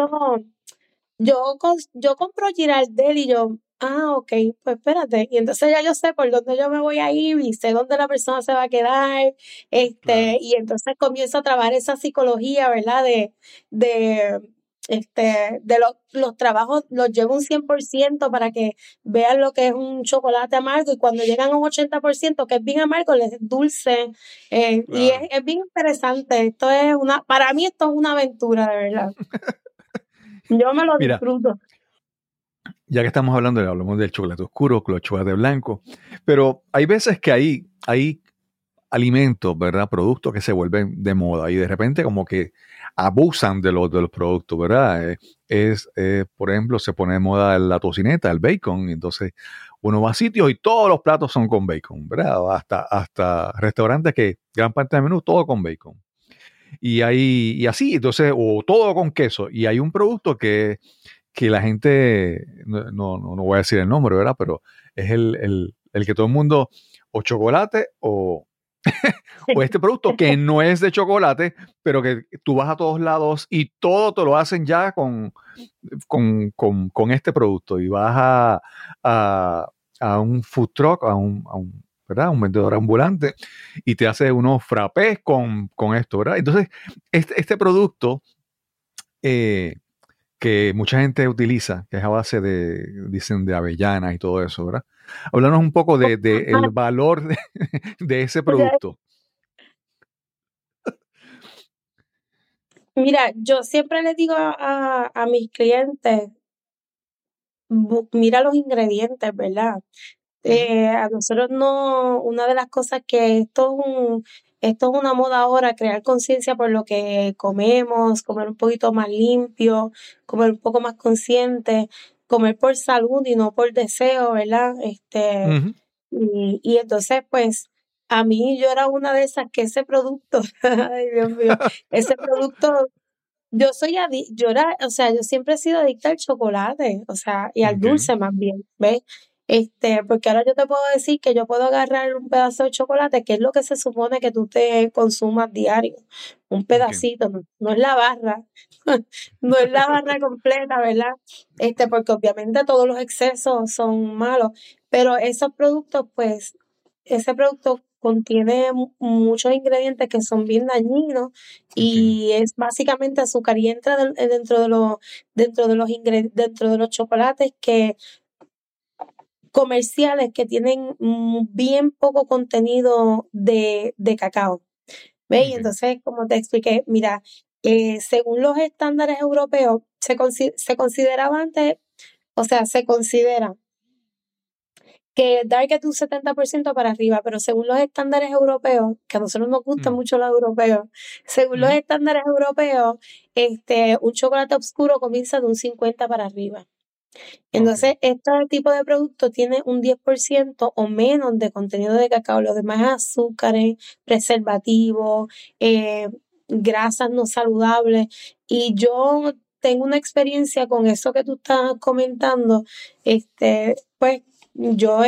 yo compro Girardel y yo, ok, pues espérate. Y entonces ya yo sé por dónde yo me voy a ir y sé dónde la persona se va a quedar. Claro. Y entonces comienzo a trabajar esa psicología, ¿verdad? De, de los trabajos, los llevo un 100% para que vean lo que es un chocolate amargo y cuando llegan a un 80% que es bien amargo, les es dulce. Y Claro. es bien interesante. Para mí esto es una aventura, de verdad. Yo me lo Mira, disfruto. ya que estamos hablando, hablamos del chocolate oscuro, con el chocolate blanco, pero hay veces que hay alimentos, ¿verdad? Productos que se vuelven de moda y de repente como que abusan de los productos, ¿verdad? Por ejemplo, se pone de moda la tocineta, el bacon, y entonces uno va a sitios y todos los platos son con bacon, ¿verdad? Hasta restaurantes que gran parte del menú todo con bacon. Y así, entonces, o todo con queso. Y hay un producto que la gente, no voy a decir el nombre, ¿verdad? Pero es el que todo el mundo, o chocolate o este producto que no es de chocolate, pero que tú vas a todos lados y todo te lo hacen ya con este producto. Y vas a, a un food truck, ¿verdad? Un vendedor ambulante y te hace unos frappés con esto, ¿verdad? Entonces, este producto eh, que mucha gente utiliza, que es a base dicen, de avellanas y todo eso, ¿verdad? Háblanos un poco de el valor de ese producto. Mira, yo siempre les digo a mis clientes, mira los ingredientes, ¿verdad? Ujú. A nosotros no, una de las cosas que esto es una moda ahora, crear conciencia por lo que comemos, comer un poquito más limpio, comer un poco más consciente, comer por salud y no por deseo, ¿verdad? Ujú. Y entonces, pues, a mí yo era una de esas que ese producto, ay Dios mío, ese producto o sea, yo siempre he sido adicta al chocolate, o sea, y al Ok. dulce más bien, ¿ves? Porque ahora yo te puedo decir que yo puedo agarrar un pedazo de chocolate, que es lo que se supone que tú te consumas diario, un Ok. pedacito, no es la barra, no es la barra completa, ¿verdad? Porque obviamente todos los excesos son malos, pero esos productos, pues, ese producto contiene muchos ingredientes que son bien dañinos Ok. y es básicamente azúcar y entra dentro de los chocolates que comerciales que tienen bien poco contenido de cacao. ¿Ve? Y Ok. entonces, como te expliqué, mira, según los estándares europeos, se consideraba antes, o sea, se considera que el dark es de un 70% para arriba, pero según los estándares europeos, que a nosotros nos gustan Mm, mucho los europeos, según los ujú, estándares europeos, un chocolate oscuro comienza de un 50 para arriba. ok. Entonces, este tipo de producto tiene un 10% o menos de contenido de cacao. Los demás azúcares, preservativos, eh, grasas no saludables. Y yo tengo una experiencia con eso que tú estás comentando. Pues yo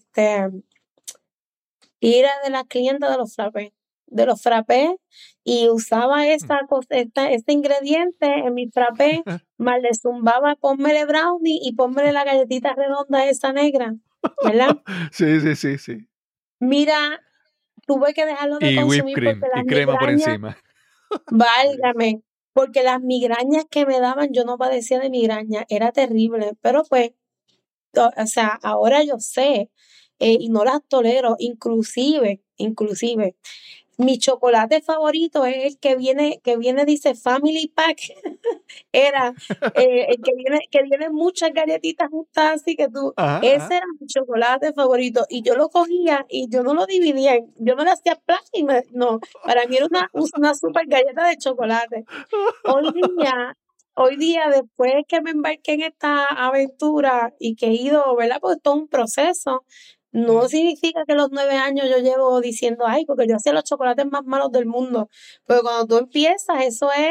era de las clientes de los frappés, y usaba Mm. este ingrediente en mi frappé, más le zumbaba, pónmele brownie y pónmele la galletita redonda esa negra, ¿verdad? Sí, sí, sí, sí. Mira, tuve que dejarlo de Y whipped consumir porque cream y las crema por migrañas, encima. Sí. válgame, porque las migrañas que me daban, yo no padecía de migraña, era terrible, pero pues, o sea, ahora yo sé, y no las tolero, inclusive. Mi chocolate favorito es el que viene, dice Family Pack. Era el que viene muchas galletitas juntas, así que tú, Ajá, ese ajá. era mi chocolate favorito. Y yo lo cogía y yo no lo dividía, yo no le hacía plas y no, para mí era una super galleta de chocolate. Hoy día, hoy día, después que me embarqué en esta aventura y que he ido, ¿verdad? Porque todo un proceso. No Mm, significa que los 9 años yo llevo diciendo, ay, porque yo hacía los chocolates más malos del mundo. Pero cuando tú empiezas,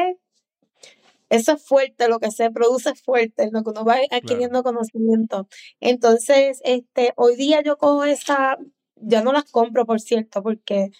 eso es fuerte, lo que se produce es fuerte, lo que uno va claro. adquiriendo conocimiento. Entonces, hoy día yo cojo ya no las compro, por cierto, porque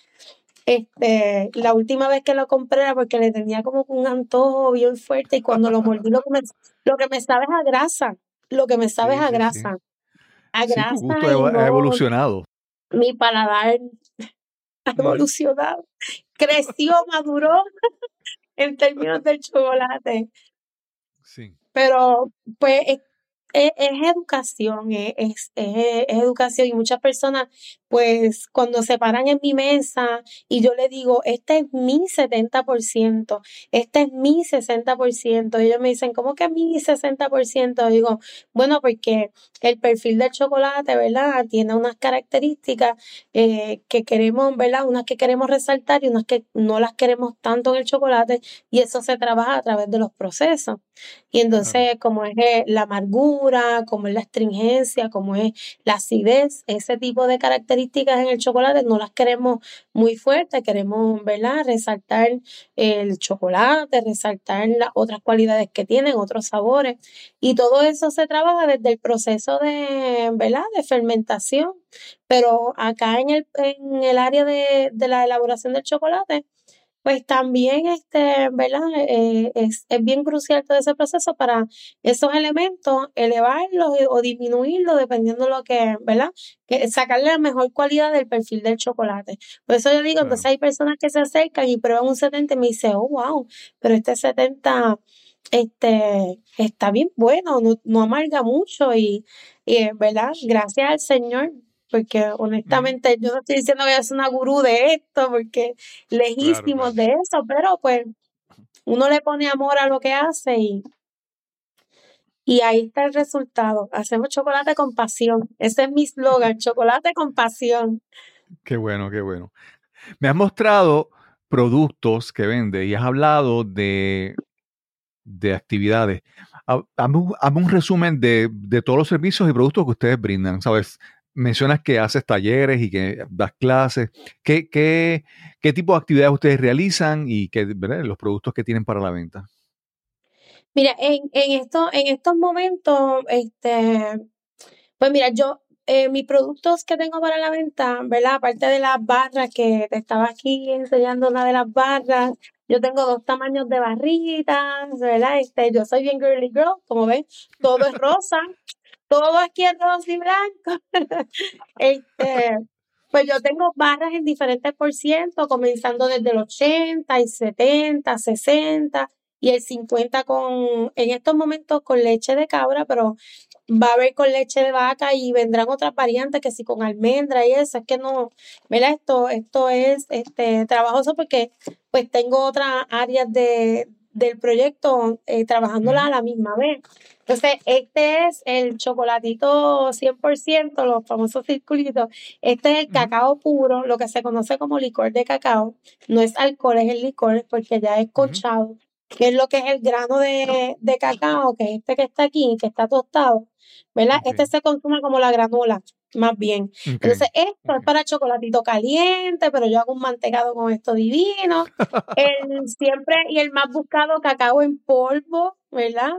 la última vez que lo compré era porque le tenía como un antojo bien fuerte, y cuando lo mordí lo que me sabe es a grasa, lo que me sabe es Sí, a sí, sí. grasa, a Sí, tu gusto grasa, y ha no, evolucionado. mi paladar ha Ujú. evolucionado, creció, maduró en términos del chocolate. Sí, Pero pues es educación, es educación, y muchas personas pues cuando se paran en mi mesa y yo le digo, este es mi 70%, este es mi 60%, ellos me dicen, ¿cómo que mi 60%? Digo, bueno, porque el perfil del chocolate, ¿verdad? Tiene unas características que queremos, ¿verdad? Unas que queremos resaltar y unas que no las queremos tanto en el chocolate, y eso se trabaja a través de los procesos. Y claro. entonces, como es la amargura, como es la astringencia, como es la acidez, ese tipo de características en el chocolate no las queremos muy fuertes, queremos, ¿verdad? Resaltar el chocolate, resaltar las otras cualidades que tienen, otros sabores. Y todo eso se trabaja desde el proceso de, ¿verdad? De fermentación. Pero acá en el área de la elaboración del chocolate, pues también, ¿verdad? Es bien crucial todo ese proceso para esos elementos, elevarlos o disminuirlos, dependiendo de lo que, ¿verdad? Que sacarle la mejor cualidad del perfil del chocolate. Por eso yo digo, entonces Claro. hay personas que se acercan y prueban un 70 y me dicen, oh, wow, pero este 70 está bien bueno, no amarga mucho, ¿verdad? Gracias al Señor. Porque Ujú. honestamente yo no estoy diciendo que yo soy una gurú de esto, porque Claro, lejísimos claro. de eso, pero pues uno le pone amor a lo que hace, y ahí está el resultado. Hacemos chocolate con pasión. Ese es mi slogan, chocolate con pasión. Qué bueno, qué bueno. Me has mostrado productos que vende y has hablado de actividades. Hazme un resumen de todos los servicios y productos que ustedes brindan. ¿Sabes? Mencionas que haces talleres y que das clases. ¿Qué tipo de actividades ustedes realizan y ¿verdad? Los productos que tienen para la venta? Mira, en estos momentos, pues mira, mis productos que tengo para la venta, ¿verdad? Aparte de las barras, que te estaba aquí enseñando una de las barras, yo tengo 2 tamaños de barritas, ¿verdad? Yo soy bien girly girl, como ven, todo es rosa, todo aquí es rosa y blanco. Este, pues yo tengo barras en diferentes por cientos, comenzando desde el 80 y 70, 60. y el 50 en estos momentos con leche de cabra, pero va a haber con leche de vaca y vendrán otras variantes que si con almendra y eso, es que no, ¿verdad? Esto es trabajoso porque pues tengo otras áreas del proyecto trabajándolas a la misma vez. Entonces, este es el chocolatito 100%, los famosos circulitos. Este es el cacao puro, lo que se conoce como licor de cacao. No es alcohol, es el licor, porque ya es conchado, que es lo que es el grano de cacao, que es este que está aquí, que está tostado, ¿verdad? Ok. Este se consume como la granola, más bien. Ok. Entonces, esto es Ok. para chocolatito caliente, pero yo hago un mantecado con esto divino. Y el más buscado, cacao en polvo, ¿verdad?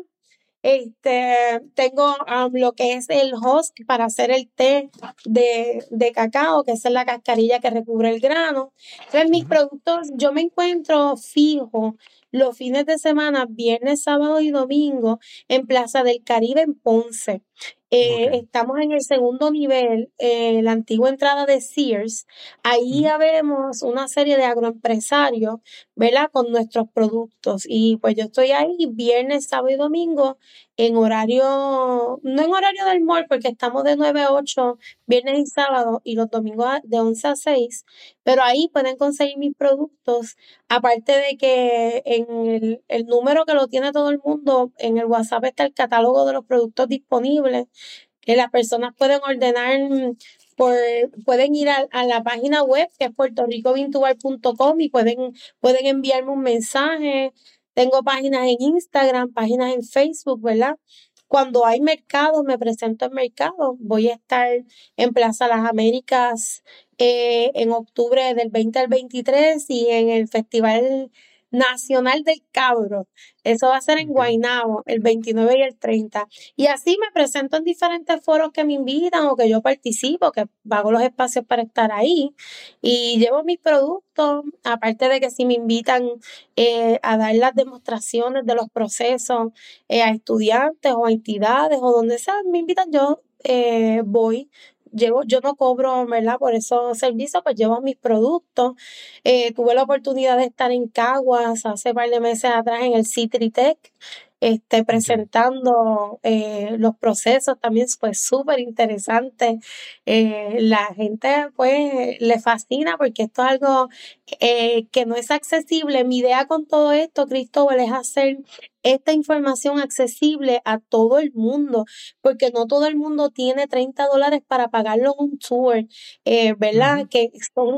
Tengo lo que es el husk para hacer el té de cacao, que esa es la cascarilla que recubre el grano. Entonces, mis productos, yo me encuentro fijo los fines de semana, viernes, sábado y domingo, en Plaza del Caribe en Ponce. Ok. Estamos en el segundo nivel, la antigua entrada de Sears. Ahí ya vemos una serie de agroempresarios, ¿verdad? Con nuestros productos. Y pues yo estoy ahí viernes, sábado y domingo en horario, no en horario del mall, porque estamos de 9 a 8, viernes y sábado, y los domingos de 11 a 6, pero ahí pueden conseguir mis productos, aparte de que en el número que lo tiene todo el mundo, en el WhatsApp está el catálogo de los productos disponibles, que las personas pueden ordenar pueden ir a la página web que es puertorricovintual.com y pueden enviarme un mensaje. Tengo páginas en Instagram, páginas en Facebook, ¿verdad? Cuando hay mercados, me presento en mercados. Voy a estar en Plaza Las Américas en octubre del 20 al 23 y en el Festival Nacional del Cabro. Eso va a ser en Ok. Guaynabo, el 29 y el 30. Y así me presento en diferentes foros que me invitan o que yo participo, que pago los espacios para estar ahí. Y llevo mis productos, aparte de que si me invitan a dar las demostraciones de los procesos a estudiantes o a entidades o donde sea, me invitan, yo voy. Yo no cobro, ¿verdad? Por esos servicios, pues llevo mis productos. Tuve la oportunidad de estar en Caguas hace un par de meses atrás en el Citritech, presentando los procesos, también fue súper interesante. La gente pues le fascina porque esto es algo que no es accesible. Mi idea con todo esto, Cristóbal, es hacer esta información accesible a todo el mundo, porque no todo el mundo tiene $30 para pagarlo en un tour, ¿verdad? Que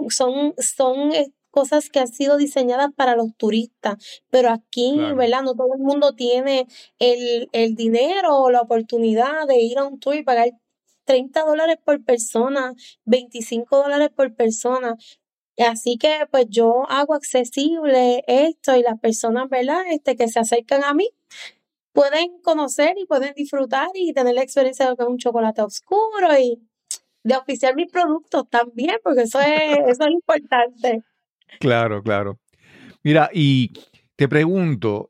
son cosas que han sido diseñadas para los turistas, pero aquí, Claro. ¿verdad? No todo el mundo tiene el dinero o la oportunidad de ir a un tour y pagar $30 por persona, $25 por persona. Así que pues yo hago accesible esto y las personas, ¿verdad? Que se acercan a mí pueden conocer y pueden disfrutar y tener la experiencia de lo que es un chocolate oscuro y de auspiciar mis productos también, porque eso es importante. Claro, claro. Mira, y te pregunto,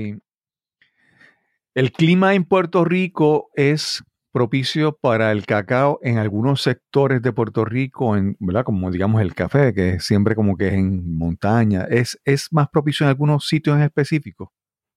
¿el clima en Puerto Rico es propicio para el cacao en algunos sectores de Puerto Rico, ¿verdad? Como digamos el café, que siempre como que es en montaña, ¿es más propicio en algunos sitios en específico?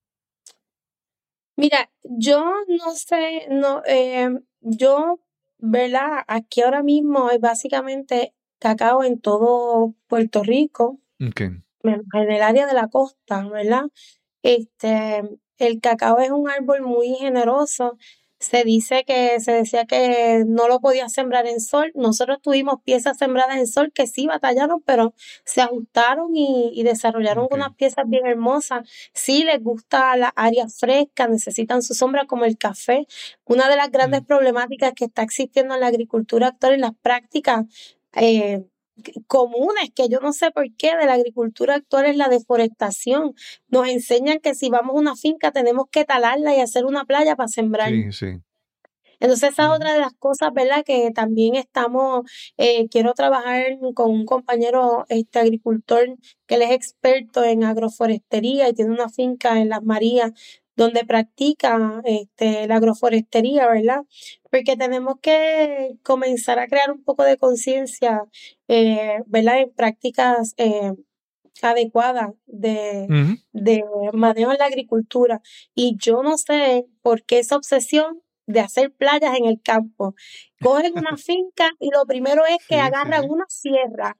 Mira, yo no sé, no, yo, ¿verdad? Aquí ahora mismo hay básicamente cacao en todo Puerto Rico, Ok. menos en el área de la costa, ¿verdad? Este, el cacao es un árbol muy generoso. Se decía que no lo podía sembrar en sol. Nosotros tuvimos piezas sembradas en sol que sí batallaron, pero se ajustaron y desarrollaron Ok. unas piezas bien hermosas. Sí les gusta la área fresca, necesitan su sombra como el café. Una de las grandes problemáticas que está existiendo en la agricultura actual, en las prácticas eh, comunes, que yo no sé por qué, de la agricultura actual es la deforestación. Nos enseñan que si vamos a una finca tenemos que talarla y hacer una playa para sembrar. Sí, sí. Entonces esa es Ujú. otra de las cosas, ¿verdad? Que también quiero trabajar con un compañero agricultor que él es experto en agroforestería y tiene una finca en Las Marías donde practica la agroforestería, ¿verdad? Porque tenemos que comenzar a crear un poco de conciencia, ¿verdad? En prácticas adecuada de Ujú. manejo en la agricultura. Y yo no sé por qué esa obsesión de hacer playas en el campo. Cogen una finca y lo primero es que Sí, sí, agarran sí. una sierra,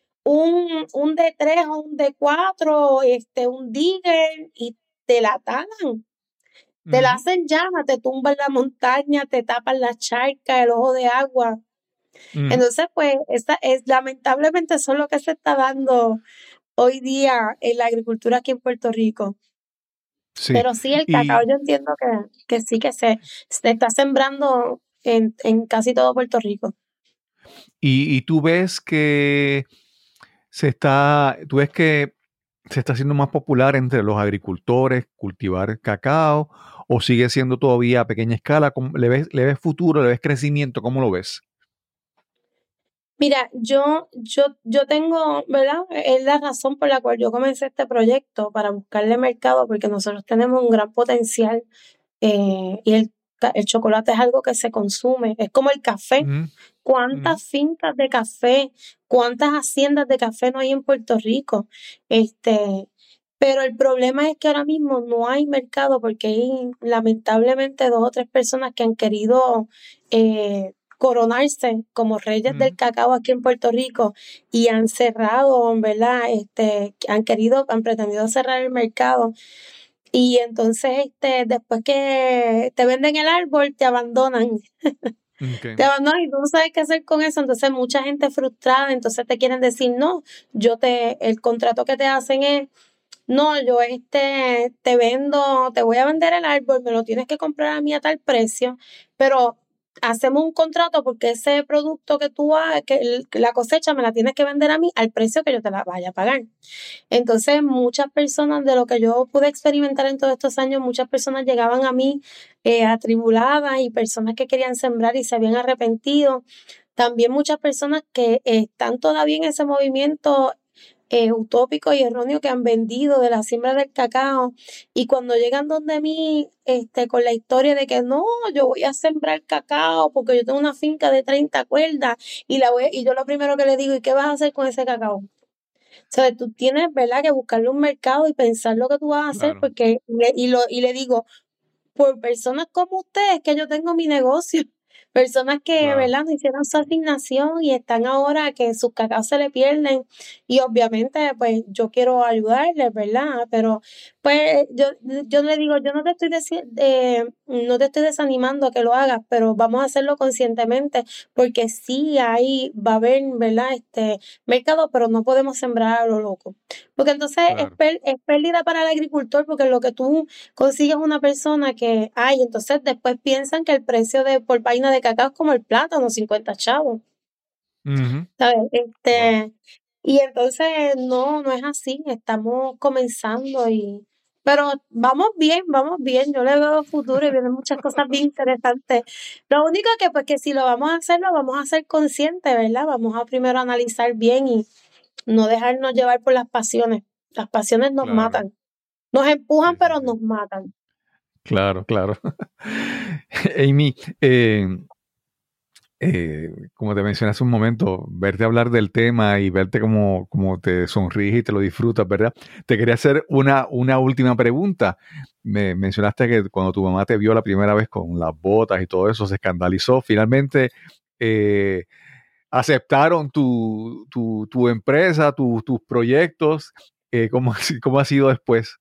un D3 o un D4, un digger y te la talan. Te la Ujú. hacen llama, te tumban la montaña, te tapan la charca, el ojo de agua. Ujú. Entonces, pues, lamentablemente eso es lo que se está dando hoy día en la agricultura aquí en Puerto Rico. Sí. Pero sí, el cacao Y, yo entiendo que sí que se está sembrando en casi todo Puerto Rico. y tú ves que tú ves que se está haciendo más popular entre los agricultores cultivar cacao o sigue siendo todavía a pequeña escala. Le ves futuro, le ves crecimiento? ¿Cómo lo ves? Mira, yo tengo, ¿verdad? Es la razón por la cual yo comencé este proyecto para buscarle mercado, porque nosotros tenemos un gran potencial y el chocolate es algo que se consume, es como el café. Ujú, ujú, ¿Cuántas fincas de café, cuántas haciendas de café no hay en Puerto Rico? Pero el problema es que ahora mismo no hay mercado porque hay lamentablemente 2 o 3 personas que han querido coronarse como reyes del ujú. cacao aquí en Puerto Rico y han cerrado, ¿verdad? Han pretendido cerrar el mercado y entonces después que te venden el árbol, te abandonan. Okay. Te abandonan y tú no sabes qué hacer con eso, entonces mucha gente frustrada, entonces te quieren decir, no, el contrato que te hacen es, no, yo te vendo, te voy a vender el árbol, me lo tienes que comprar a mí a tal precio, pero hacemos un contrato porque ese producto que tú hagas, la cosecha me la tienes que vender a mí al precio que yo te la vaya a pagar. Entonces, muchas personas, de lo que yo pude experimentar en todos estos años, muchas personas llegaban a mí atribuladas y personas que querían sembrar y se habían arrepentido. También muchas personas que están todavía en ese movimiento utópico y erróneo que han vendido de la siembra del cacao y cuando llegan donde mí con la historia de que no, yo voy a sembrar cacao porque yo tengo una finca de 30 cuerdas y yo lo primero que le digo, ¿y qué vas a hacer con ese cacao? O sea, tú tienes, ¿verdad?, que buscarle un mercado y pensar lo que tú vas a hacer, Claro, porque, y le digo, por personas como ustedes, que yo tengo mi negocio, personas que, claro. ¿verdad?, no hicieron su asignación y están ahora que sus cacaos se le pierden, y obviamente, pues, yo quiero ayudarles, ¿verdad? Pero, pues, yo le digo, yo no te estoy desanimando a que lo hagas, pero vamos a hacerlo conscientemente, porque sí ahí va a haber, ¿verdad?, mercado, pero no podemos sembrar a lo loco. Porque entonces Claro. es pérdida para el agricultor, porque lo que tú consigues una persona que, ay, entonces después piensan que el precio por vaina de cacao es como el plátano, 50 chavos, Ujú. ¿sabes? Wow. Y entonces no es así, estamos comenzando pero vamos bien, yo le veo futuro y vienen muchas cosas bien interesantes. Lo único que, pues, que si lo vamos a hacer, lo vamos a hacer consciente, ¿verdad? Vamos a primero analizar bien y no dejarnos llevar por las pasiones. Las pasiones nos Claro. matan, nos empujan, Sí, sí, pero sí. nos matan. Claro, claro. Amy, como te mencioné hace un momento, verte hablar del tema y verte como te sonríes y te lo disfrutas, ¿verdad? Te quería hacer una última pregunta. Me mencionaste que cuando tu mamá te vio la primera vez con las botas y todo eso, se escandalizó. Finalmente, eh, aceptaron tu empresa, tus proyectos. ¿Cómo ha sido después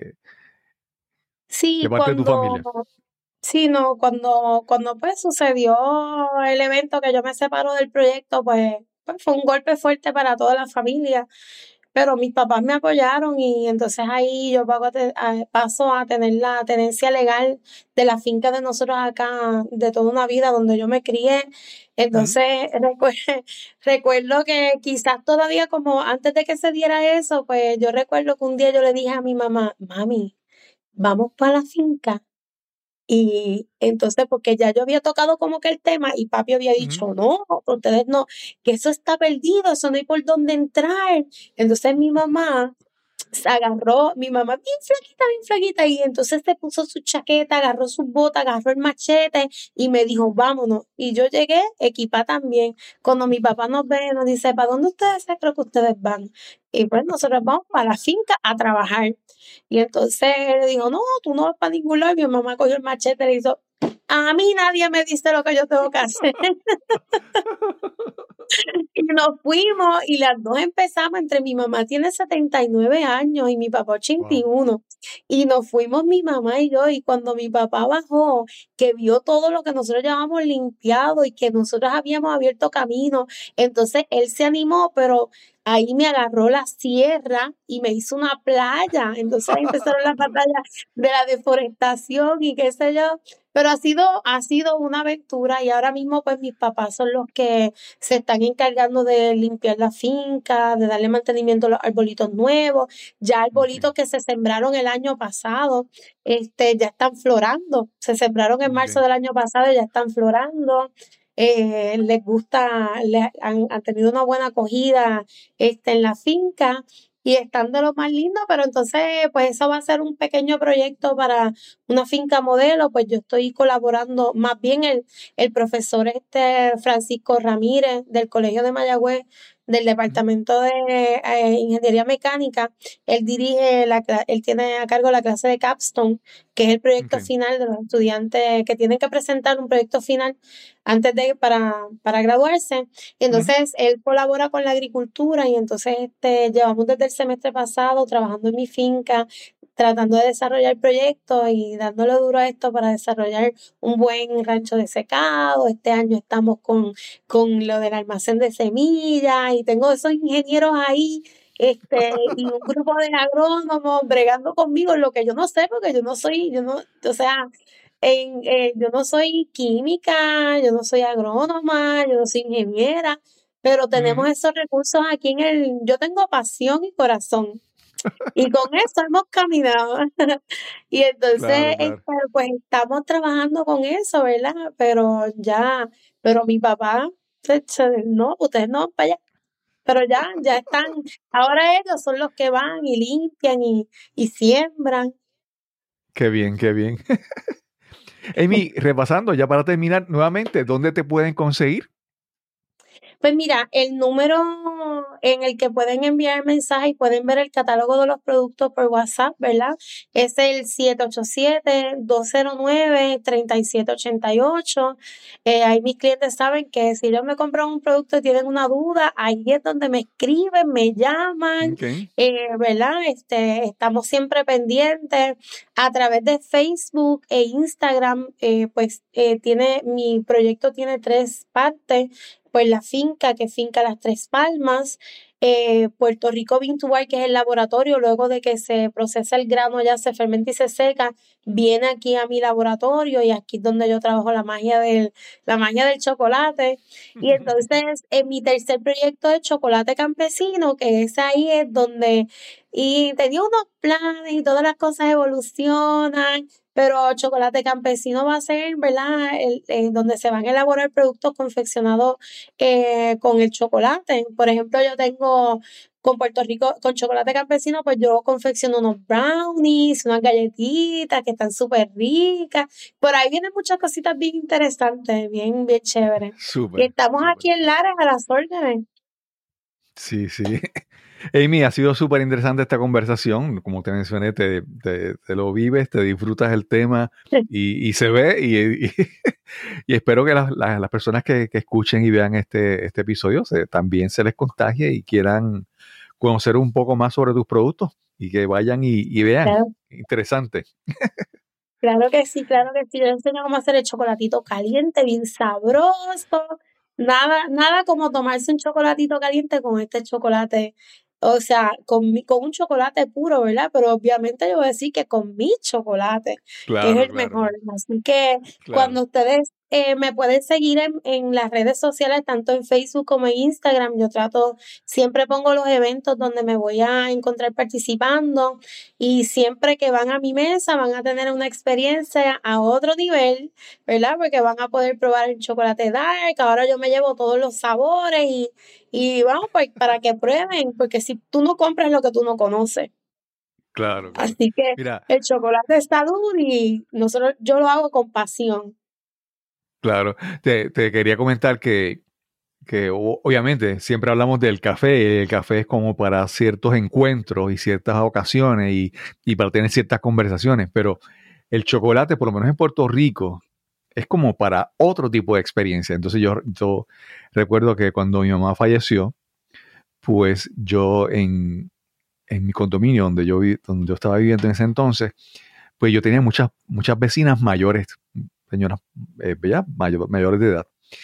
de Sí, parte de tu familia? sí, no, cuando pues sucedió el evento que yo me separo del proyecto, pues fue un golpe fuerte para toda la familia, pero mis papás me apoyaron y entonces ahí yo paso a tener la tenencia legal de la finca de nosotros acá de toda una vida donde yo me crié. Ujú, Entonces recuerdo que quizás todavía como antes de que se diera eso, pues yo recuerdo que un día yo le dije a mi mamá, mami, vamos para la finca. Y entonces, porque ya yo había tocado como que el tema y papi había ujú, dicho, no, ustedes no, que eso está perdido, eso no hay por dónde entrar. Entonces mi mamá Se agarró, mi mamá bien flaquita, y entonces se puso su chaqueta, agarró sus botas, agarró el machete y me dijo, vámonos. Y yo llegué equipada también. Cuando mi papá nos ve, nos dice, ¿para dónde ustedes se creen que ustedes van? Y pues nosotros vamos para la finca a trabajar. Y entonces él le dijo, no, tú no vas para ningún lado. Y mi mamá cogió el machete y le hizo, a mí nadie me dice lo que yo tengo que hacer. Y nos fuimos y las dos empezamos, entre mi mamá tiene 79 años y mi papá Wow. 81. Y nos fuimos mi mamá y yo, y cuando mi papá bajó, que vio todo lo que nosotros llevábamos limpiado y que nosotros habíamos abierto camino, entonces él se animó, pero ahí me agarró la sierra y me hizo una playa. Entonces ahí empezaron las batallas de la deforestación y qué sé yo. Pero ha sido una aventura y ahora mismo pues mis papás son los que se están encargando de limpiar la finca, de darle mantenimiento a los arbolitos nuevos. Ya Ok. arbolitos que se sembraron el año pasado, ya están florando. Se sembraron en marzo Ok. del año pasado y ya están florando. Les gusta, han tenido una buena acogida en la finca y están de lo más lindo, pero entonces pues eso va a ser un pequeño proyecto para una finca modelo, pues yo estoy colaborando, más bien el profesor Francisco Ramírez del Colegio de Mayagüez, del Ujú. Departamento de Ingeniería Mecánica, él tiene a cargo la clase de Capstone, que es el proyecto Ok. final de los estudiantes que tienen que presentar un proyecto final antes de para graduarse. Y Ujú. entonces él colabora con la agricultura y entonces llevamos desde el semestre pasado trabajando en mi finca, tratando de desarrollar proyectos y dándole duro a esto para desarrollar un buen rancho de secado. Este año estamos con lo del almacén de semillas y tengo esos ingenieros ahí. Y un grupo de agrónomos bregando conmigo en lo que yo no sé, porque o sea, yo no soy química, yo no soy agrónoma, yo no soy ingeniera, pero tenemos Ujú. esos recursos aquí yo tengo pasión y corazón. Y con eso hemos caminado. Y Claro, entonces, claro. pues estamos trabajando con eso, ¿verdad? Pero mi papá, no, ustedes no van para allá. Pero ya están, ahora ellos son los que van y limpian y siembran. Qué bien, qué bien. Amy, repasando, ya para terminar nuevamente, ¿dónde te pueden conseguir? Pues mira, el número en el que pueden enviar mensajes y pueden ver el catálogo de los productos por WhatsApp, ¿verdad? Es el 787-209-3788. Ahí mis clientes saben que si ellos me compran un producto y tienen una duda, ahí es donde me escriben, me llaman, Ok. ¿verdad? Estamos siempre pendientes. A través de Facebook e Instagram, mi proyecto tiene 3 partes. Pues la finca, que es Finca Las Tres Palmas, Puerto Rico Bean to Bar, que es el laboratorio, luego de que se procesa el grano, ya se fermenta y se seca, viene aquí a mi laboratorio y aquí es donde yo trabajo la magia del chocolate. Y entonces, en mi tercer proyecto de chocolate campesino, que es ahí es donde, y tenía unos planes y todas las cosas evolucionan. Pero chocolate campesino va a ser, ¿verdad? Donde se van a elaborar productos confeccionados con el chocolate. Por ejemplo, yo tengo con Puerto Rico, con chocolate campesino, pues yo confecciono unos brownies, unas galletitas que están súper ricas. Por ahí vienen muchas cositas bien interesantes, bien chéveres. Y Súper, estamos súper. aquí en Lares a las órdenes. Sí, sí. Amy, ha sido súper interesante esta conversación. Como te mencioné, te lo vives, te disfrutas el tema y se ve. Y espero que las personas que escuchen y vean este episodio también se les contagie y quieran conocer un poco más sobre tus productos y que vayan y vean. Claro, Interesante. claro que sí, claro que sí. Yo enseño cómo hacer el chocolatito caliente, bien sabroso. Nada como tomarse un chocolatito caliente con este chocolate. O sea, con un chocolate puro, ¿verdad? Pero obviamente yo voy a decir que con mi chocolate, que es Claro, el claro, mejor. Así que claro. cuando ustedes me pueden seguir en las redes sociales, tanto en Facebook como en Instagram, siempre pongo los eventos donde me voy a encontrar participando. Y siempre que van a mi mesa van a tener una experiencia a otro nivel, ¿verdad? Porque van a poder probar el chocolate dark. Ahora yo me llevo todos los sabores y vamos pues, para que prueben, porque si tú no compras lo que tú no conoces. Claro, claro. Así que Mira, el chocolate es salud y yo lo hago con pasión. claro, te quería comentar que obviamente siempre hablamos del café, y el café es como para ciertos encuentros y ciertas ocasiones y para tener ciertas conversaciones, pero el chocolate, por lo menos en Puerto Rico, es como para otro tipo de experiencia. Entonces yo recuerdo que cuando mi mamá falleció, pues yo en mi condominio donde donde yo estaba viviendo en ese entonces, pues yo tenía muchas vecinas mayores, señoras ya mayores de edad.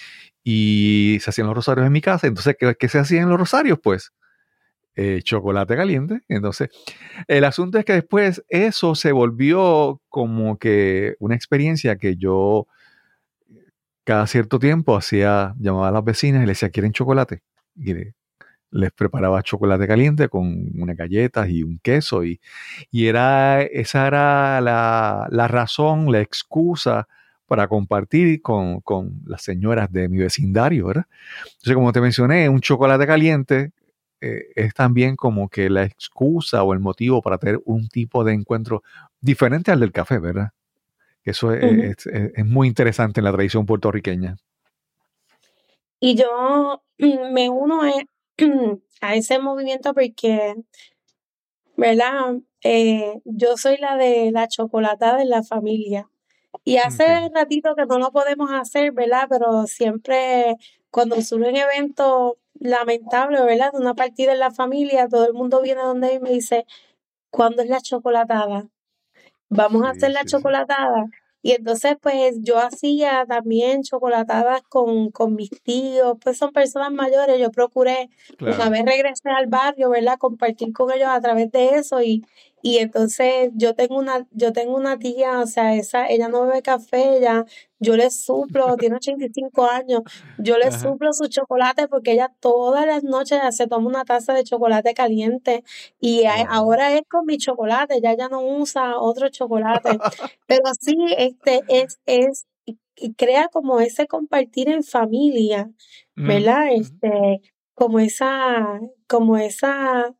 Y se hacían los rosarios en mi casa. Entonces, ¿qué se hacía en los rosarios? Pues chocolate caliente. Entonces, el asunto es que después eso se volvió como que una experiencia que yo cada cierto tiempo llamaba a las vecinas y les decía, ¿quieren chocolate? Y les preparaba chocolate caliente con unas galletas y un queso. Y esa era la razón, la excusa para compartir con las señoras de mi vecindario, ¿verdad? Entonces, como te mencioné, un chocolate caliente es también como que la excusa o el motivo para tener un tipo de encuentro diferente al del café, ¿verdad? Eso es muy interesante en la tradición puertorriqueña. Y yo me uno a ese movimiento porque, ¿verdad? Yo soy la de la chocolatada en la familia. Y hace ratito que no lo podemos hacer, ¿verdad? Pero siempre cuando surgen eventos lamentables, ¿verdad? De una partida en la familia, todo el mundo viene donde mí y me dice, ¿cuándo es la chocolatada? Vamos a hacer la chocolatada. Y entonces, pues, yo hacía también chocolatadas con mis tíos, pues son personas mayores. Yo procuré, una vez regresé al barrio, ¿verdad? Compartir con ellos a través de eso. Y entonces yo tengo una tía, o sea, ella no bebe café, yo le suplo, tiene 85 años, yo le suplo su chocolate porque ella todas las noches se toma una taza de chocolate caliente y ahora es con mi chocolate, ya no usa otro chocolate. Pero sí, y crea como ese compartir en familia, ¿verdad? Como esa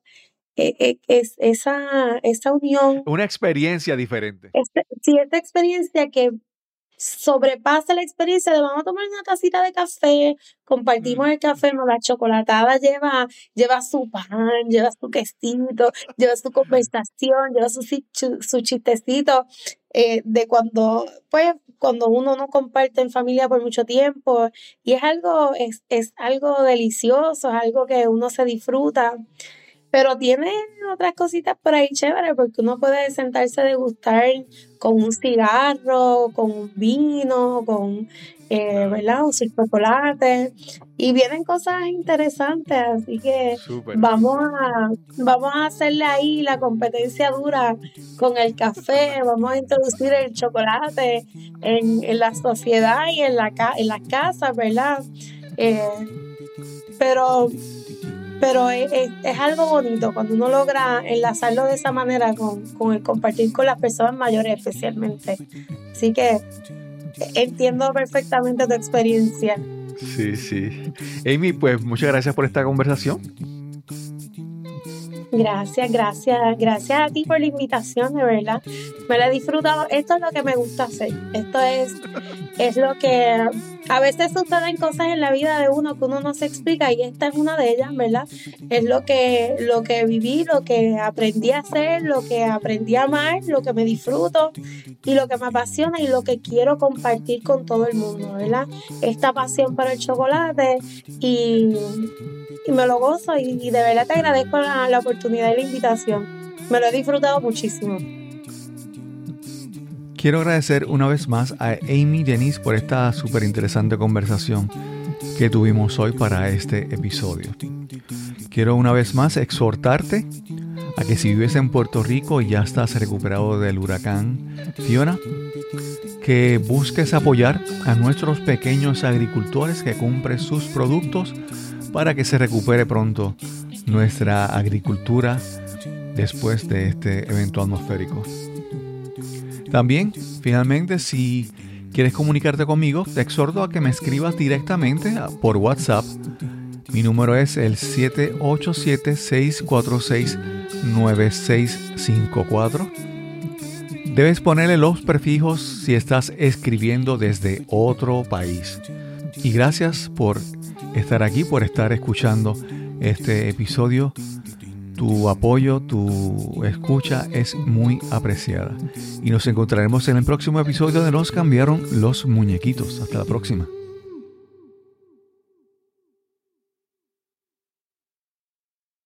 esa unión, Una experiencia diferente. sí, esta experiencia que sobrepasa la experiencia de vamos a tomar una tacita de café, compartimos el café, no, la chocolatada lleva su pan, lleva su quesito, lleva su conversación, lleva su chistecito de cuando uno no comparte en familia por mucho tiempo y es algo delicioso, es algo que uno se disfruta. Pero tiene otras cositas por ahí chéveres porque uno puede sentarse a degustar con un cigarro, con un vino, con, ¿verdad? Un chocolate. Y vienen cosas interesantes, así que vamos a hacerle ahí la competencia dura con el café, vamos a introducir el chocolate en la sociedad y en las casas, ¿verdad? Pero es algo bonito cuando uno logra enlazarlo de esa manera con el compartir con las personas mayores especialmente. Así que entiendo perfectamente tu experiencia. Sí. Amy, pues muchas gracias por esta conversación. Gracias a ti por la invitación, de verdad. Me la he disfrutado. Esto es lo que me gusta hacer. Esto es lo que a veces suceden cosas en la vida de uno que uno no se explica y esta es una de ellas, ¿verdad? Es lo que viví, lo que aprendí a hacer, lo que aprendí a amar, lo que me disfruto y lo que me apasiona y lo que quiero compartir con todo el mundo, ¿verdad? Esta pasión por el chocolate y me lo gozo y de verdad te agradezco la oportunidad y la invitación. Me lo he disfrutado muchísimo. Quiero agradecer una vez más a Amy Denise por esta súper interesante conversación que tuvimos hoy para este episodio. Quiero una vez más exhortarte a que si vives en Puerto Rico y ya estás recuperado del huracán Fiona, que busques apoyar a nuestros pequeños agricultores que compren sus productos para que se recupere pronto nuestra agricultura después de este evento atmosférico. También, finalmente, si quieres comunicarte conmigo, te exhorto a que me escribas directamente por WhatsApp. Mi número es el 787-646-8888. 9654. Debes ponerle los prefijos si estás escribiendo desde otro país. Y gracias por estar aquí, por estar escuchando este episodio. Tu apoyo, tu escucha es muy apreciada. Y nos encontraremos en el próximo episodio de Nos cambiaron los muñequitos. Hasta la próxima.